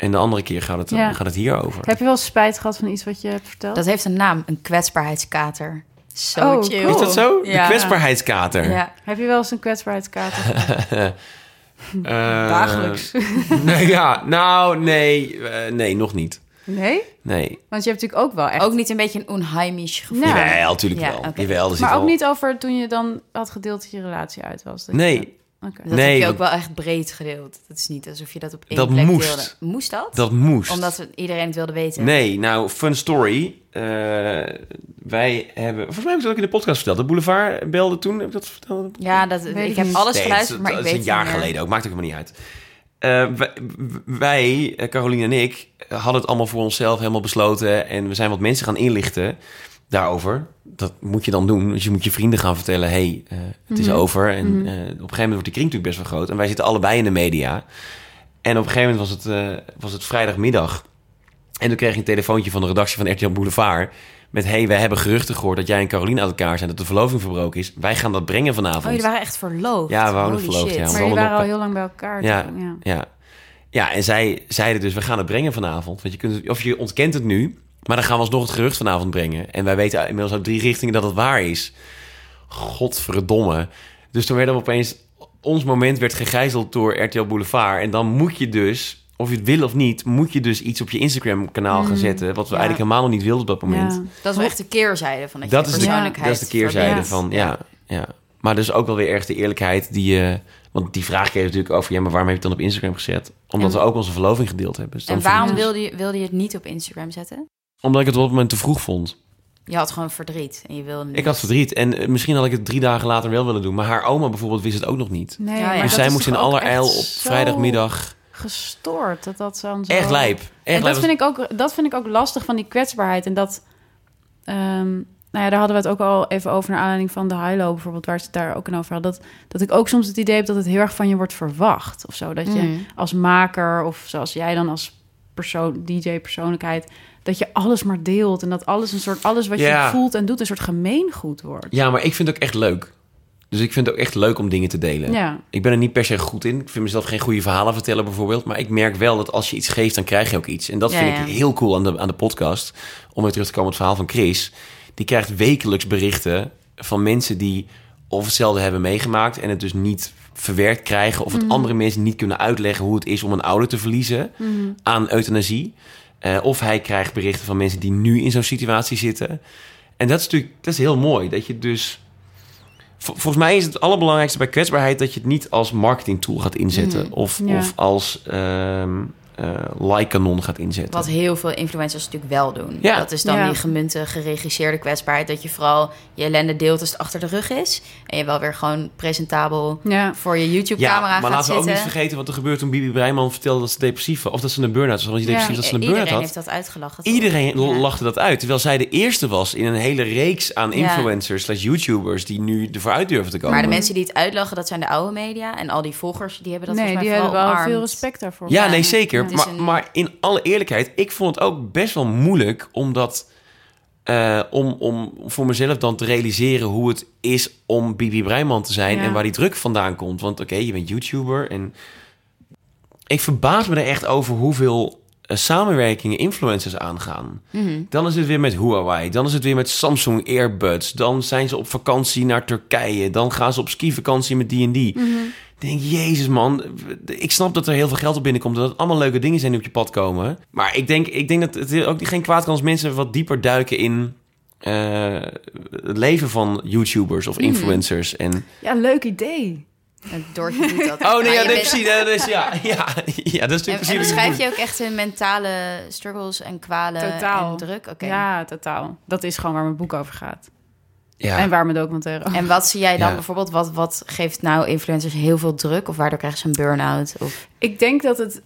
En de andere keer gaat het hierover. Heb je wel spijt gehad van iets wat je hebt verteld? Dat heeft een naam, een kwetsbaarheidskater. Zo chill. Is dat zo? Ja. De kwetsbaarheidskater. Ja. Heb je wel eens een kwetsbaarheidskater gehad? Dagelijks. Nee, nog niet. Nee? Nee. Want je hebt natuurlijk ook wel echt... Ook niet een beetje een onheimisch gevoel? Nou, Jawel, natuurlijk wel. Okay. Jawel, maar ook niet over toen je dan had gedeeld dat je relatie uit was? Dat Nee. Dat heb je ook wel echt breed gedeeld. Dat is niet alsof je dat op één plek deelde. Moest dat? Dat moest. Omdat iedereen het wilde weten? Nee, nou, fun story. Wij hebben... Volgens mij heb ik dat ook in de podcast verteld. De Boulevard belde toen. Heb ik dat verteld? Ja, ik heb alles geluisterd, maar ik weet het niet. Dat is een jaar geleden ook. Maakt ook helemaal niet uit. Wij, Caroline en ik, hadden het allemaal voor onszelf helemaal besloten. En we zijn wat mensen gaan inlichten daarover. Dat moet je dan doen. Dus je moet je vrienden gaan vertellen... het is over. En op een gegeven moment wordt die kring natuurlijk best wel groot. En wij zitten allebei in de media. En op een gegeven moment was het vrijdagmiddag. En toen kreeg ik een telefoontje van de redactie van RTL Boulevard... met, wij hebben geruchten gehoord dat jij en Caroline uit elkaar zijn... dat de verloving verbroken is. Wij gaan dat brengen vanavond. Oh, jullie waren echt verloofd? Ja, we waren verloofd. Ja, maar jullie waren al heel lang bij elkaar. Ja, en zij zeiden dus, we gaan het brengen vanavond. Want je ontkent het nu... maar dan gaan we alsnog het gerucht vanavond brengen. En wij weten inmiddels uit 3 richtingen dat het waar is. Godverdomme. Dus toen werden we opeens... ons moment werd gegijzeld door RTL Boulevard. En dan moet je dus... of je het wil of niet, moet je dus iets op je Instagram-kanaal gaan zetten... wat we eigenlijk helemaal nog niet wilden op dat moment. Ja. Dat is wel echt de keerzijde van dat je persoonlijkheid. Dat is de keerzijde van, ja. Maar dus ook wel weer erg de eerlijkheid die je... want die vraag kreeg natuurlijk over... maar waarom heb je het dan op Instagram gezet? Omdat we ook onze verloving gedeeld hebben. Dus en waarom wilde je het niet op Instagram zetten? Omdat ik het op dat moment te vroeg vond. Je had gewoon verdriet en je wilde niet. Ik had verdriet en misschien had ik het 3 dagen later wel willen doen. Maar haar oma bijvoorbeeld wist het ook nog niet. Nee, dus zij moest in allerijl op vrijdagmiddag... gestoord dat dan zo... Echt lijp. Dat vind ik ook lastig van die kwetsbaarheid. En dat... daar hadden we het ook al even over... naar aanleiding van de Hilo bijvoorbeeld... waar ze het daar ook in over hadden. Dat ik ook soms het idee heb dat het heel erg van je wordt verwacht. Of zo. Dat je als maker... of zoals jij dan als DJ-persoonlijkheid... dat je alles maar deelt... en dat alles wat je voelt en doet... een soort gemeengoed wordt. Ja, maar ik vind het ook echt leuk. Dus ik vind het ook echt leuk om dingen te delen. Ja. Ik ben er niet per se goed in. Ik vind mezelf geen goede verhalen vertellen bijvoorbeeld. Maar ik merk wel dat als je iets geeft, dan krijg je ook iets. En dat vind ik heel cool aan de podcast. Om weer terug te komen op het verhaal van Chris. Die krijgt wekelijks berichten van mensen die of hetzelfde hebben meegemaakt... en het dus niet verwerkt krijgen... of het andere mensen niet kunnen uitleggen hoe het is om een ouder te verliezen aan euthanasie. Of hij krijgt berichten van mensen die nu in zo'n situatie zitten. En dat is heel mooi. Dat je dus... Volgens mij is het allerbelangrijkste bij kwetsbaarheid... dat je het niet als marketingtool gaat inzetten. Of als like-kanon gaat inzetten. Wat heel veel influencers natuurlijk wel doen. Ja. Dat is dan die gemunte, geregisseerde kwetsbaarheid... dat je vooral je ellende deelt als het achter de rug is... en je wel weer gewoon presentabel voor je YouTube-camera gaat zitten. Maar laten we ook niet vergeten wat er gebeurt... toen Bibi Breiman vertelde dat ze depressief was... of dat ze een burn-out was. Want je depressief dat ze een burn-out had. Iedereen heeft dat uitgelachen. Iedereen lachte dat uit. Terwijl zij de eerste was in een hele reeks aan influencers... /YouTubers die nu ervoor uit durven te komen. Maar de mensen die het uitlachen, dat zijn de oude media... en al die volgers, die hebben dat volgens mij die hebben wel omarmd. veel respect daarvoor. Ja, nee, zeker. Maar in alle eerlijkheid, ik vond het ook best wel moeilijk... omdat om voor mezelf dan te realiseren hoe het is om Bibi Breiman te zijn... en waar die druk vandaan komt. Want oké, je bent YouTuber en... Ik verbaas me er echt over hoeveel samenwerkingen influencers aangaan. Dan is het weer met Huawei, dan is het weer met Samsung Earbuds... dan zijn ze op vakantie naar Turkije... dan gaan ze op skivakantie met die en die... Ik denk, jezus man, ik snap dat er heel veel geld op binnenkomt... dat het allemaal leuke dingen zijn die op je pad komen. Maar ik denk dat het ook geen kwaad kan... als mensen wat dieper duiken in het leven van YouTubers of influencers. En... Ja, leuk idee. Doortje doet dat. Oh nee, precies. Dat is natuurlijk en beschrijf je ook echt hun mentale struggles en kwalen en druk? Okay. Ja, totaal. Dat is gewoon waar mijn boek over gaat. Ja. En waar mijn documentaire over. En wat zie jij dan bijvoorbeeld? Wat geeft nou influencers heel veel druk? Of waardoor krijgen ze een burn-out? Of... Ik denk dat het...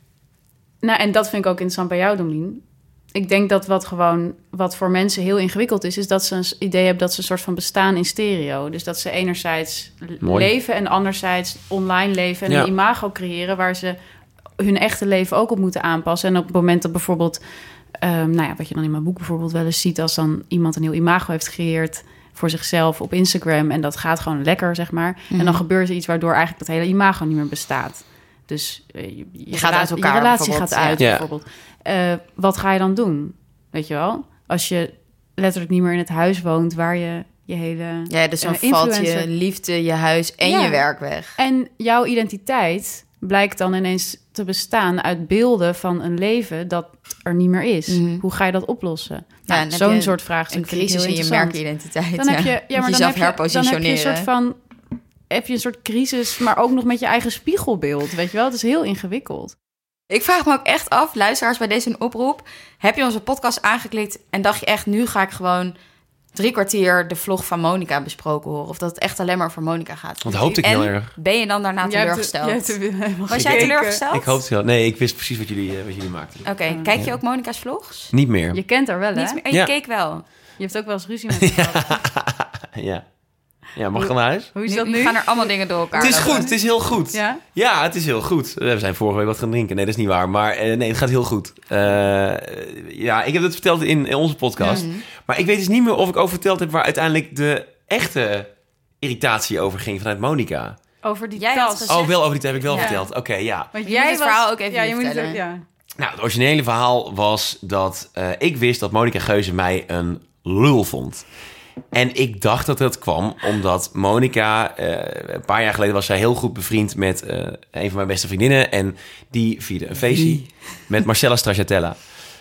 en dat vind ik ook interessant bij jou, Domien. Ik denk dat wat voor mensen heel ingewikkeld is dat ze een idee hebben dat ze een soort van bestaan in stereo. Dus dat ze enerzijds leven en anderzijds online leven en een imago creëren waar ze hun echte leven ook op moeten aanpassen. En op het moment dat bijvoorbeeld, wat je dan in mijn boek bijvoorbeeld wel eens ziet, als dan iemand een heel imago heeft gecreëerd voor zichzelf op Instagram en dat gaat gewoon lekker, zeg maar. En dan gebeurt er iets waardoor eigenlijk dat hele imago niet meer bestaat. Dus je gaat uit elkaar. Je relatie gaat bijvoorbeeld. uit, bijvoorbeeld. Wat ga je dan doen? Weet je wel? Als je letterlijk niet meer in het huis woont waar je hele... Ja, dus dan valt je liefde, je huis en je werk weg. En jouw identiteit blijkt dan ineens te bestaan uit beelden van een leven dat er niet meer is. Mm-hmm. Hoe ga je dat oplossen? Nou, zo'n soort vraagstuk. Een crisis in je merkidentiteit. Dan heb je jezelf herpositioneren. Heb je een soort crisis, maar ook nog met je eigen spiegelbeeld. Weet je wel? Het is heel ingewikkeld. Ik vraag me ook echt af, luisteraars, bij deze oproep. Heb je onze podcast aangeklikt en dacht je echt, nu ga ik gewoon 3 kwartier de vlog van Monica besproken horen? Of dat het echt alleen maar voor Monica gaat? Dat hoopte ik heel erg. Ben je dan daarna teleurgesteld? Was jij teleurgesteld? Ik hoopte het wel. Nee, ik wist precies wat jullie maakten. Oké, kijk je ook Monica's vlogs? Niet meer. Je kent haar wel, hè? Je keek wel. Je hebt ook wel eens ruzie met haar gehad. Ja, mag ik naar huis? Hoe is dat nu? Gaan er allemaal dingen door elkaar. Het is goed, het is heel goed. Ja? Ja, het is heel goed. We zijn vorige week wat gaan drinken. Nee, dat is niet waar. Maar nee, het gaat heel goed. Ik heb het verteld in onze podcast. Mm-hmm. Maar ik weet dus niet meer of ik over verteld heb... waar uiteindelijk de echte irritatie over ging vanuit Monica. Over die tas. Oh, wel over die tas heb ik wel verteld. Oké, ja. Want jij het verhaal ook even vertellen. Nou, het originele verhaal was dat ik wist dat Monica Geuze mij een lul vond. En ik dacht dat dat kwam omdat Monica... een paar jaar geleden was zij heel goed bevriend met een van mijn beste vriendinnen. En die vierde een feestje met Marcella Stracciatella.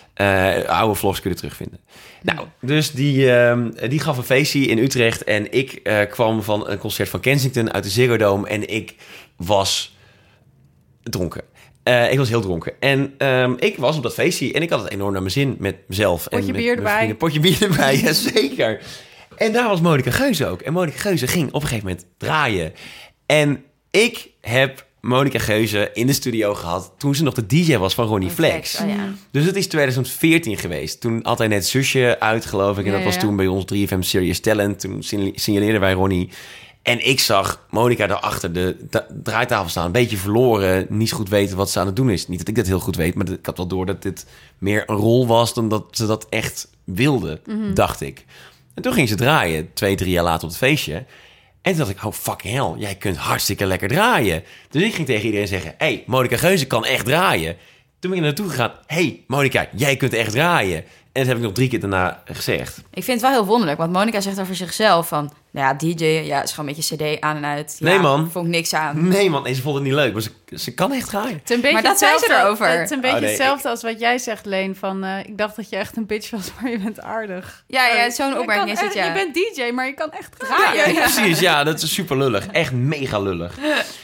Oude vlogs kun je terugvinden. Nou, dus die gaf een feestje in Utrecht. En ik kwam van een concert van Kensington uit de Ziggo Dome. En ik was dronken. Ik was heel dronken. En ik was op dat feestje en ik had het enorm naar mijn zin met mezelf. Potje bier erbij. Potje bier erbij, ja, zeker. En daar was Monica Geuze ook. En Monica Geuze ging op een gegeven moment draaien. En ik heb Monica Geuze in de studio gehad toen ze nog de DJ was van Ronnie Flex. Oh, ja. Dus het is 2014 geweest. Toen had hij net Zusje uit, geloof ik. En dat was toen bij ons 3FM Serious Talent. Toen signaleerden wij Ronnie. En ik zag Monica daarachter de draaitafel staan. Een beetje verloren. Niet goed weten wat ze aan het doen is. Niet dat ik dat heel goed weet. Maar ik had wel door dat dit meer een rol was dan dat ze dat echt wilde, dacht ik. En toen ging ze draaien, 2-3 jaar later op het feestje. En toen dacht ik, oh fucking hell, jij kunt hartstikke lekker draaien. Dus ik ging tegen iedereen zeggen, hey, Monica Geuze kan echt draaien. Toen ben ik naartoe gegaan, hey, Monica, jij kunt echt draaien. En dat heb ik nog 3 keer daarna gezegd. Ik vind het wel heel wonderlijk, want Monica zegt over zichzelf van... Nou ja, DJ, ja, is gewoon een beetje cd aan en uit. Ja, nee, man. Vond ik niks aan. Nee, man. Nee, ze vond het niet leuk. Maar ze kan echt draaien. Maar dat zei ze erover. Het is een beetje hetzelfde als wat jij zegt, Leen. Van, ik dacht dat je echt een bitch was, maar je bent aardig. Ja, zo'n opmerking is het, ja. Je bent DJ, maar je kan echt draaien. Ja, precies. Ja, dat is super lullig. Echt mega lullig.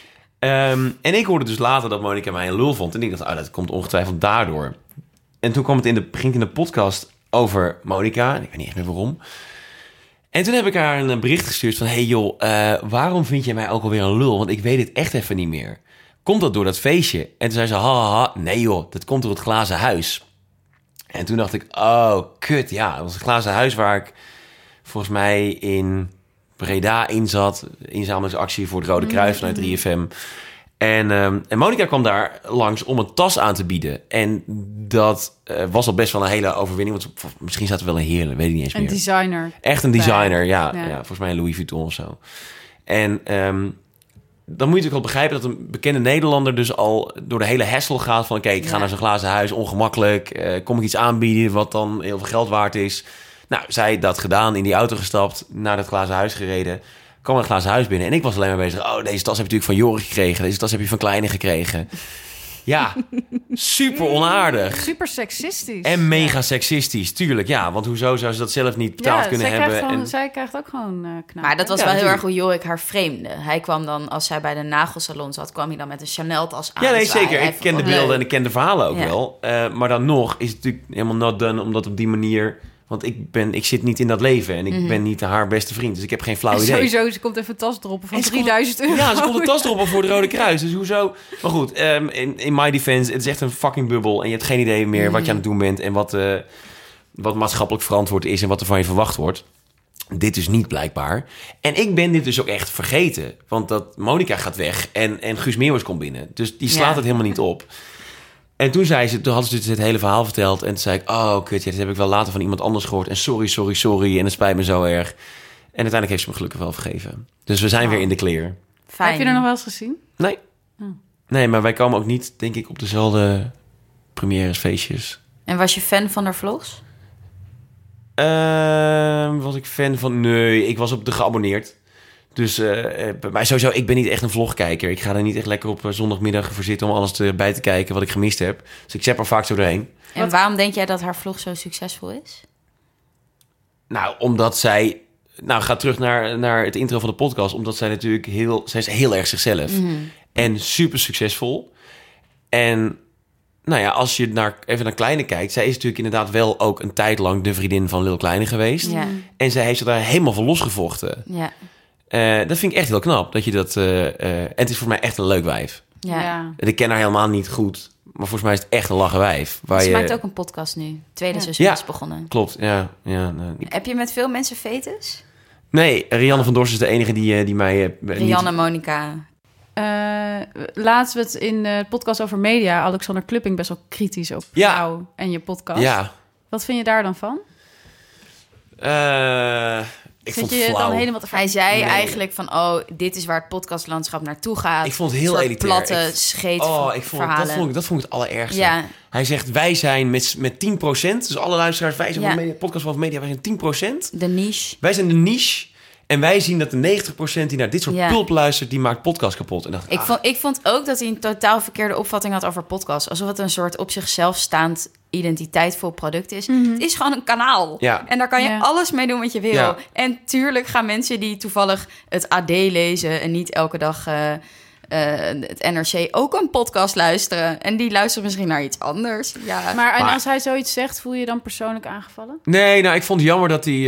En ik hoorde dus later dat Monica mij een lul vond. En ik dacht, dat komt ongetwijfeld daardoor. En toen ging het in de podcast over Monica. En ik weet niet echt meer waarom. En toen heb ik haar een bericht gestuurd van... Hey joh, waarom vind jij mij ook alweer een lul? Want ik weet het echt even niet meer. Komt dat door dat feestje? En toen zei ze, ha. Nee joh, dat komt door het glazen huis. En toen dacht ik, oh, kut. Ja, dat was het glazen huis waar ik volgens mij in Breda in zat. Inzamelingsactie voor het Rode Kruis vanuit 3FM. En Monica kwam daar langs om een tas aan te bieden. En dat was al best wel een hele overwinning. Want misschien zat er wel een heerlijk, weet ik niet eens meer. Een designer. Echt een designer, ja. Volgens mij een Louis Vuitton of zo. En dan moet je natuurlijk wel begrijpen dat een bekende Nederlander dus al door de hele hassle gaat van... Oké, ik ga naar zo'n glazen huis, ongemakkelijk. Kom ik iets aanbieden wat dan heel veel geld waard is? Nou, zij had dat gedaan, in die auto gestapt, naar dat glazen huis gereden... kwam een glazen huis binnen en ik was alleen maar bezig... oh, deze tas heb je natuurlijk van Jorik gekregen. Deze tas heb je van Kleine gekregen. Ja, super onaardig. Super seksistisch. En mega seksistisch, tuurlijk. Ja, want hoezo zou ze dat zelf niet betaald kunnen hebben? Zij krijgt ook gewoon knap. Maar dat was wel heel erg hoe Jorik haar vreemde. Hij kwam dan, als zij bij de nagelsalon zat... kwam hij dan met een Chanel-tas aan. Ja, nee, zeker. Ik ken de beelden en ik ken de verhalen ook wel. Maar dan nog is het natuurlijk helemaal not done... omdat op die manier... Want ik zit niet in dat leven en ik ben niet haar beste vriend. Dus ik heb geen flauw idee. Sowieso, ze komt even een tas droppen van 3000 euro. Ja, ze komt een tas droppen voor het Rode Kruis. Dus hoezo? Maar goed, in my defense, het is echt een fucking bubbel. En je hebt geen idee meer wat je aan het doen bent... en wat maatschappelijk verantwoord is en wat er van je verwacht wordt. Dit is niet blijkbaar. En ik ben dit dus ook echt vergeten. Want dat Monica gaat weg en Guus Meeuwis komt binnen. Dus die slaat het helemaal niet op. En toen hadden ze dus het hele verhaal verteld. En toen zei ik, oh kut, dat heb ik wel later van iemand anders gehoord. En sorry. En het spijt me zo erg. En uiteindelijk heeft ze me gelukkig wel vergeven. Dus we zijn weer in de clear. Fijn. Heb je er nog wel eens gezien? Nee. Nee, maar wij komen ook niet, denk ik, op dezelfde premières, feestjes. En was je fan van haar vlogs? Was ik fan van... Nee, ik was op de geabonneerd. Dus maar sowieso, ik ben niet echt een vlogkijker. Ik ga er niet echt lekker op zondagmiddag voor zitten om alles erbij te kijken wat ik gemist heb. Dus ik zap er vaak zo doorheen. En waarom denk jij dat haar vlog zo succesvol is? Nou, omdat zij... Nou, ga terug naar het intro van de podcast. Omdat zij natuurlijk zij is heel erg zichzelf. En super succesvol. En nou ja, als je even naar Kleine kijkt... zij is natuurlijk inderdaad wel ook een tijd lang de vriendin van Lil Kleine geweest. Ja. En zij heeft zich daar helemaal van losgevochten. Ja. Dat vind ik echt heel knap. Dat je dat... en het is voor mij echt een leuk wijf. Ja. Ik ken haar helemaal niet goed. Maar volgens mij is het echt een lachen wijf. Ze maakt ook een podcast nu. Tweede seizoen is begonnen. Klopt, ja. Heb je met veel mensen fetus? Nee, Rianne van Dorst is de enige die mij... Rianne, Monica. Laatst we het in de podcast over media... Alexander Klupping best wel kritisch op jou en je podcast. Ja. Wat vind je daar dan van? Ik Zit vond je het flauw. dan helemaal te Hij zei eigenlijk van... dit is waar het podcastlandschap naartoe gaat. Ik vond het heel elitair. Platte scheetverhalen. Dat vond ik het allerergste. Ja. Hij zegt, wij zijn met 10%... dus alle luisteraars, wij zijn van media, podcast van media... wij zijn 10%. De niche. Wij zijn de niche... en wij zien dat de 90% die naar dit soort pulp luistert... die maakt podcast kapot. En Ik vond ook dat hij een totaal verkeerde opvatting had over podcast. Alsof het een soort op zichzelf staand identiteitvol product is. Het is gewoon een kanaal. Ja. En daar kan je alles mee doen wat je wil. Ja. En tuurlijk gaan mensen die toevallig het AD lezen... en niet elke dag het NRC ook een podcast luisteren. En die luisteren misschien naar iets anders. Ja. Maar als hij zoiets zegt, voel je je dan persoonlijk aangevallen? Nee, nou, ik vond het jammer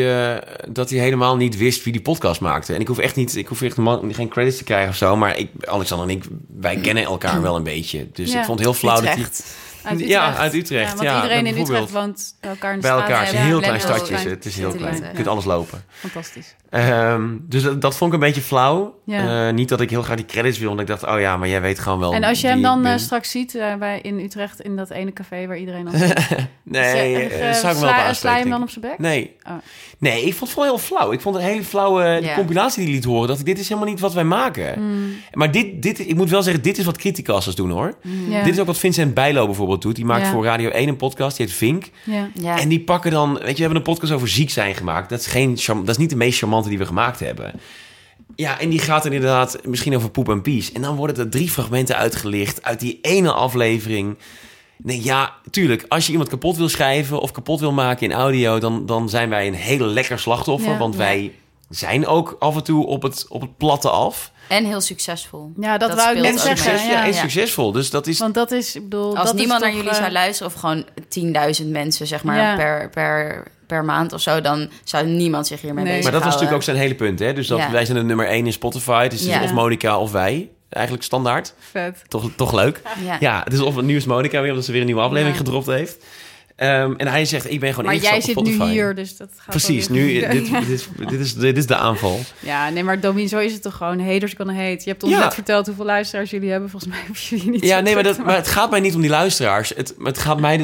dat hij helemaal niet wist wie die podcast maakte. En ik hoef echt geen credits te krijgen of zo. Maar Alexander en ik, wij kennen elkaar wel een beetje. Dus ik vond het heel flauw dat hij... Uit Utrecht. Ja, uit Utrecht. Ja, want iedereen in Utrecht woont bij elkaar in de bij straat. elkaar. Het is een heel klein stadje. Klein. Het is heel klein. Ja. Je kunt alles lopen. Fantastisch. Dus dat vond ik een beetje flauw. Ja. Niet dat ik heel graag die credits wil. Want ik dacht, maar jij weet gewoon wel. En als je hem dan straks ziet in Utrecht... in dat ene café waar iedereen al zit... Nee, zou ik wel aanspreken. Sla je hem dan op zijn bek? Nee. Oh. Nee, ik vond het wel heel flauw. Ik vond het een hele flauwe compilatie die hij liet horen. Dit is helemaal niet wat wij maken. Maar ik moet wel zeggen, dit is wat criticasters doen, hoor. Ja. Dit is ook wat Vincent Bijlo bijvoorbeeld doet. Die maakt voor Radio 1 een podcast, die heet Vink. Ja. En die pakken dan... Weet je, we hebben een podcast over ziek zijn gemaakt. Dat is niet de meest charmante die we gemaakt hebben. Ja, en die gaat er inderdaad misschien over poep en pies. En dan worden er 3 fragmenten uitgelicht uit die ene aflevering. Nee, ja, tuurlijk. Als je iemand kapot wil schrijven of kapot wil maken in audio... dan zijn wij een heel lekker slachtoffer. Ja. Want wij zijn ook af en toe op het platte af. En heel succesvol. Ja, dat wou ik net zeggen. En succesvol. Dus dat is... Want dat is, ik bedoel... Als dat niemand is naar toch, jullie zou luisteren... of gewoon 10.000 mensen, zeg maar, per maand of zo... dan zou niemand zich hiermee bezighouden. Maar dat was natuurlijk ook zijn hele punt, hè? Dus wij zijn de nummer 1 in Spotify. Dus het is of Monica of wij. Eigenlijk standaard. Vet. Toch leuk. Ja, het is of nu is Monica weer... omdat ze weer een nieuwe aflevering gedropt heeft. En hij zegt, ik ben gewoon maar jij zit Spotify. Nu hier, dus dat gaat precies, nu, dit is de aanval. Ja, nee, maar Domien, zo is het toch gewoon. Haters gonna hate. Je hebt ons net verteld hoeveel luisteraars jullie hebben. Volgens mij hoef je niet. Ja, nee, maar het gaat mij niet om die luisteraars. Het gaat mij...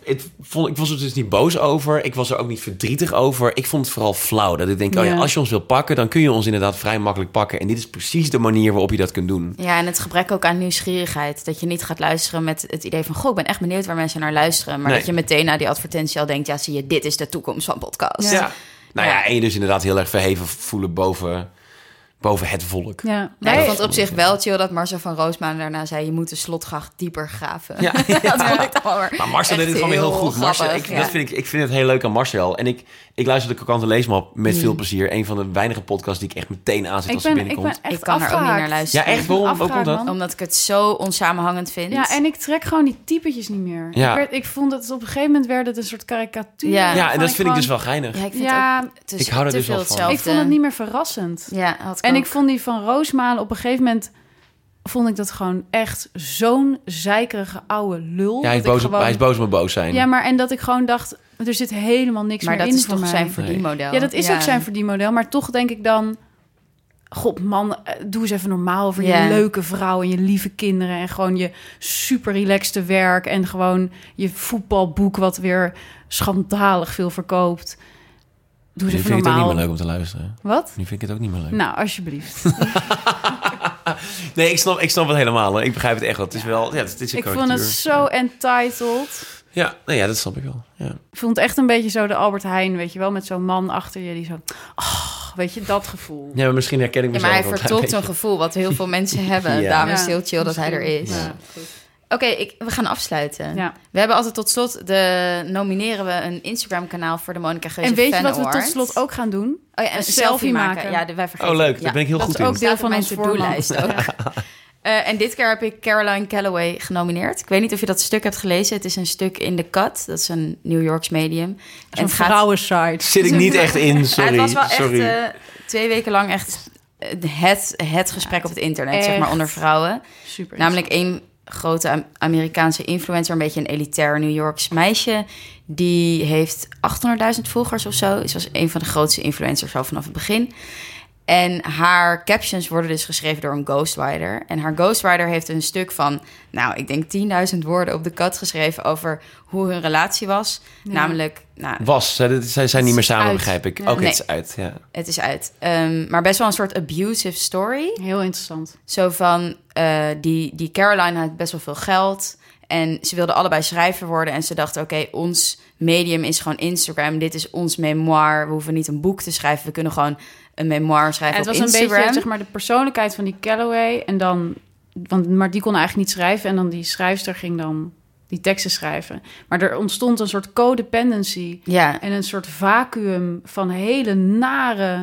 ik was er dus niet boos over. Ik was er ook niet verdrietig over. Ik vond het vooral flauw. Dat ik denk, als je ons wil pakken... dan kun je ons inderdaad vrij makkelijk pakken. En dit is precies de manier waarop je dat kunt doen. Ja, en het gebrek ook aan nieuwsgierigheid. Dat je niet gaat luisteren met het idee van... ik ben echt benieuwd waar mensen naar luisteren. Maar dat je meteen na die advertentie al denkt... zie je, dit is de toekomst van podcast. Ja. En je dus inderdaad heel erg verheven voelen boven het volk. Ja. Ik vond op zich wel chill dat Marcel van Roosmalen daarna zei... je moet de slotgracht dieper graven. Ja. Dat vond ik dan wel maar Marcel deed het gewoon weer heel goed. Marcel, ik vind het heel leuk aan Marcel. En ik luister de Kokante Leesmap met veel plezier. Een van de weinige podcasts die ik echt meteen aanzet als ze binnenkomt. Ik kan er ook niet naar luisteren. Ja, echt? Waarom? Ook dat? Omdat ik het zo onsamenhangend vind. Ja, en ik trek gewoon die typetjes niet meer. Ja. Ik vond dat op een gegeven moment werd het een soort karikatuur. Ja, en dat vind ik dus wel geinig. Ja, ik vind het ook, ik hou er dus wel van. Ik vond het niet meer verrassend. Ja, en ik vond die van Roosmalen op een gegeven moment... vond ik dat gewoon echt zo'n zeikerige oude lul. Ja, hij is boos om boos zijn. Ja, maar en dat ik gewoon dacht... er zit helemaal niks meer in. Maar dat is voor toch mij. zijn verdienmodel? Ja, dat is ook zijn verdienmodel. Maar toch denk ik dan... God man, doe eens even normaal over je leuke vrouw en je lieve kinderen... en gewoon je super relaxte werk... en gewoon je voetbalboek wat weer schandalig veel verkoopt. Doe eens even normaal. Nu vind ik het ook niet meer leuk om te luisteren. Wat? Nu vind ik het ook niet meer leuk. Nou, alsjeblieft. Nee, ik snap het helemaal. Hoor. Ik begrijp het echt wel. Het is wel... Ja, het is een Ik karikatuur. vond het zo entitled. Ja, nou ja, dat snap ik wel. Ja. Ik vond het echt een beetje zo de Albert Heijn, weet je wel, met zo'n man achter je die zo... Oh, weet je, dat gevoel. Ja, maar misschien herken ik Ja, mezelf maar hij wel een vertolkt klein zo'n gevoel wat heel veel mensen hebben. Ja. Daarom is Ja, het heel chill dat hij er is. Ja, goed. Oké, we gaan afsluiten. Ja. We hebben altijd tot slot, nomineren we een Instagram-kanaal voor de Monica Geuze En weet je Fan wat we Award. tot slot ook gaan doen? Oh ja, Een selfie maken. Ja, wij vergeten. Oh, leuk. Ja. Daar ben ik heel Dat goed is in. ook deel Staat van op mijn ons to-do-lijst format. ook. En dit keer heb ik Caroline Calloway genomineerd. Ik weet niet of je dat stuk hebt gelezen. Het is een stuk in The Cut. Dat is een New Yorks medium. Zo'n vrouwensite. Zit ik niet echt in, sorry. Ja, het was wel sorry. echt 2 weken lang echt het gesprek op het internet, zeg maar, echt. onder vrouwen. Super. Namelijk één grote Amerikaanse influencer, een beetje een elitair New Yorks meisje. Die heeft 800.000 volgers of zo. Ze was een van de grootste influencers al vanaf het begin. En haar captions worden dus geschreven door een ghostwriter. En haar ghostwriter heeft een stuk van, nou, ik denk 10.000 woorden op de kat geschreven over hoe hun relatie was. Ja. Namelijk, nou, Zij zijn niet meer samen, uit. begrijp ik. Ja. Oké, Nee. het is uit, ja. het is uit. Maar best wel een soort abusive story. Heel interessant. Zo van, die Caroline had best wel veel geld. En ze wilden allebei schrijver worden. En ze dachten, oké, ons medium is gewoon Instagram. Dit is ons memoir. We hoeven niet een boek te schrijven. We kunnen gewoon een memoir schrijven Het op was Instagram. een beetje, zeg maar, de persoonlijkheid van die Calloway. En dan, maar die kon eigenlijk niet schrijven. En dan die schrijfster ging dan die teksten schrijven. Maar er ontstond een soort codependency. Ja, En een soort vacuüm van hele nare...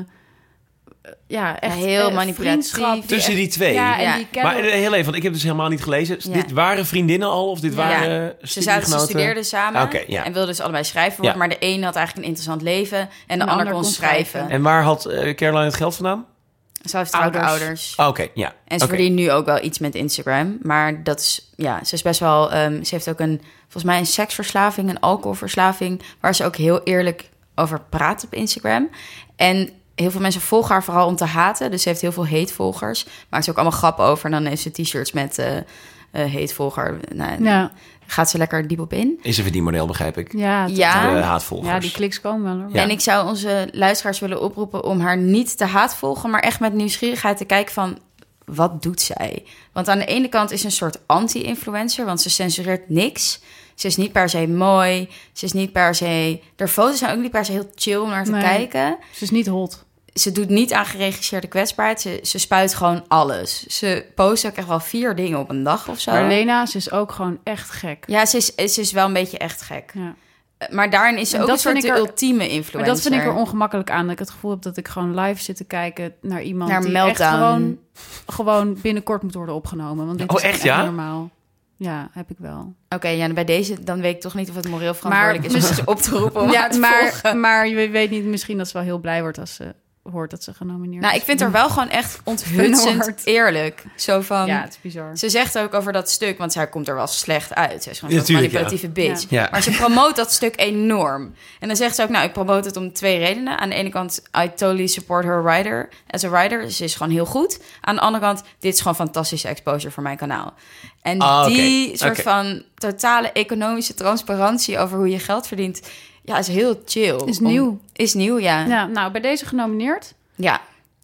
Ja, echt heel manipulatief. vriendschap. Tussen die twee. Ja, en Ja. die Maar Calloway... heel even, want ik heb dus helemaal niet gelezen. Ja. Dit waren vriendinnen al? Of dit waren ze studeerden samen Oké, ja. en wilden dus allebei schrijver worden. Ja. Maar de een had eigenlijk een interessant leven en de ander kon schrijven. En waar had Caroline het geld vandaan? Ze heeft trouwens ouders. Oké, ja. En ze Oké. verdient nu ook wel iets met Instagram. Maar dat is, ja, ze is best wel... ze heeft ook volgens mij een seksverslaving, een alcoholverslaving... waar ze ook heel eerlijk over praat op Instagram. En heel veel mensen volgen haar vooral om te haten. Dus ze heeft heel veel hatevolgers. Maakt ze ook allemaal grappen over. En dan heeft ze t-shirts met hatevolger. Nou, Ja, gaat ze lekker diep op in. Is een verdienmodel, begrijp ik. ja, Ja. De haatvolgers. ja, die kliks komen wel hoor. Ja. En ik zou onze luisteraars willen oproepen om haar niet te haatvolgen... maar echt met nieuwsgierigheid te kijken van... wat doet zij? Want aan de ene kant is ze een soort anti-influencer... want ze censureert niks. Ze is niet per se mooi. Ze is niet per se... Haar foto's zijn ook niet per se heel chill om naar te Nee. kijken. Ze is niet hot. Ze doet niet aan geregisseerde kwetsbaarheid. Ze spuit gewoon alles. Ze post ook echt wel 4 dingen op een dag of zo. Maar Lena, ze is ook gewoon echt gek. Ja, ze is wel een beetje echt gek. Ja. Maar daarin is ze En ook dat een soort vind de ik er- ultieme influencer. Maar dat vind ik er ongemakkelijk aan. Dat ik het gevoel heb dat ik gewoon live zit te kijken naar iemand Naar die Meltdown. echt gewoon binnenkort moet worden opgenomen. Want dit Oh, is echt, gewoon ja? normaal. Ja, heb ik wel. Oké, ja, bij deze dan weet ik toch niet of het moreel verantwoordelijk Maar- is om ze op te roepen om haar te volgen. maar je weet niet, misschien dat ze wel heel blij wordt als ze hoort dat ze genomineerd Nou, is. ik vind haar wel gewoon echt onthutsend Award. eerlijk. Zo van... Ja, het is bizar. Ze zegt ook over dat stuk, want zij komt er wel slecht uit. Ze is gewoon Ja, een soort tuurlijk, manipulatieve bitch. Ja. Maar ze promoot dat stuk enorm. En dan zegt ze ook, nou, ik promote het om 2 redenen. Aan de ene kant, I totally support her writer as a writer. Ze is gewoon heel goed. Aan de andere kant, dit is gewoon fantastische exposure voor mijn kanaal. En Ah, die oké. soort Oké. van totale economische transparantie over hoe je geld verdient... Ja, is heel chill. Is nieuw. Is nieuw, ja. Ja, nou, bij deze genomineerd. Ja.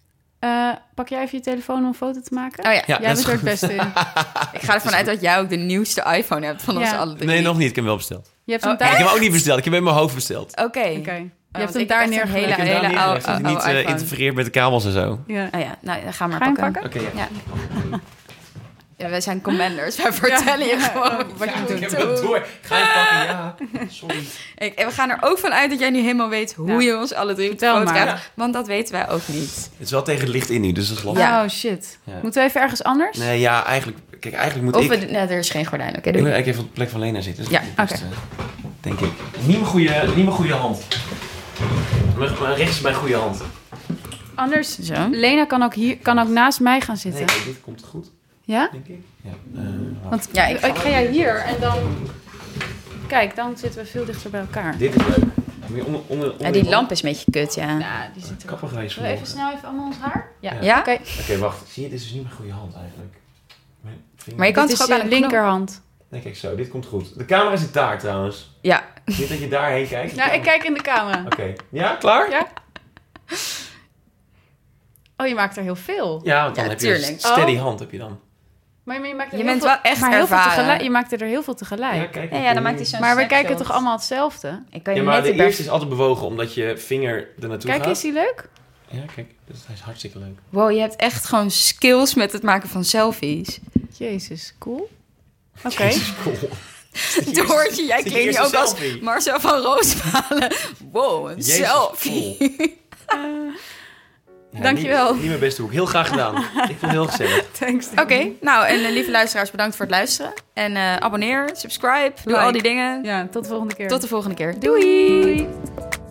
Pak jij even je telefoon om een foto te maken? Oh ja. Ja, Jij dat is bent er het beste in. Ik ga ervan uit dat jij ook de nieuwste iPhone hebt van ons Ja. alle 3. Nee, nog niet. Ik heb hem wel besteld. Je hebt Oh, hem Ik heb daar... hem ook niet besteld. Ik heb hem in mijn hoofd besteld. Oké. Oké. Je want hebt hem ik daar heb echt een neergelegd. Ik heb hem daar hele neergelegd, oude dat hij niet iPhone. interfereert met de kabels en zo. Ja. Oh ja, nou, dan ga maar Ga je hem pakken. pakken? Oké, ja. Ja. Ja, wij zijn commanders. Wij vertellen je gewoon wat je Ik moet heb hem doen. door. Ga je pakken, ja. Sorry. En we gaan er ook van uit dat jij nu helemaal weet hoe Ja. je ons alle 3 Vertel fotograaft. maar. Want dat weten wij ook niet. Het is wel tegen het licht in nu, dus dat is lastig. Ja. Oh, shit. Ja. Moeten we even ergens anders? Nee, ja, eigenlijk... Kijk, eigenlijk moet Of ik... nee, er is geen gordijn. Oké, Ik doei. wil eigenlijk even op de plek van Lena zitten. Ja, Dat is oké. het beste, denk ik. Niet mijn goede hand. Mijn rechts is mijn goede hand. Anders... Zo. Lena kan ook naast mij gaan Nee, zitten. kijk, dit komt goed, Ja? denk ik. Ja. Want Ja, ik ga jij hier en dan... Kijk, dan zitten we veel dichter bij elkaar. Dit is leuk. Moet je onder Ja, die lamp is een beetje kut, ja. Ja, die zitten wel. Kappergewijs Zullen we even snel even allemaal ons haar? Ja. Ja? Oké. Oké, wacht. Zie je, dit is dus niet mijn goede hand eigenlijk. Mijn vinger- Maar je kan Dit toch is ook aan je de linkerhand. Nee, kijk zo. Dit komt goed. De camera zit daar trouwens. Ja. Niet dat je daarheen kijkt. Nou, ik kijk in de camera. Oké. Ja, klaar? Ja? Oh, je maakt er heel veel. Ja, want dan Ja, heb je tuurlijk. een steady hand, heb je dan. Maar je maakt er Je heel bent veel, wel echt maar heel veel ervaren. tegelijk. Je maakt er heel veel tegelijk. kijk. Ja, dan maakt hij zo'n Maar we snapshot. kijken toch allemaal hetzelfde? Ik kan je Ja, maar net de die per- eerste is altijd bewogen, omdat je vinger er naartoe Kijk, gaat. is die leuk? Ja, kijk. Dus hij is hartstikke leuk. Wow, je hebt echt gewoon skills met het maken van selfies. Jezus, cool. Oké. Jezus, cool. Doortje, jij Is de klinkt nu eerste ook als selfie. Marcel van Roosmalen. Wow, een Jezus, selfie. cool. Ja, Dankjewel. Niet mijn beste hoek. Heel graag gedaan. Ik vond het heel gezellig. Thanks. Oké, nou en lieve luisteraars, bedankt voor het luisteren. En abonneer, subscribe, doe Like. al die dingen. Ja, tot de volgende keer. Tot de volgende keer. Doei.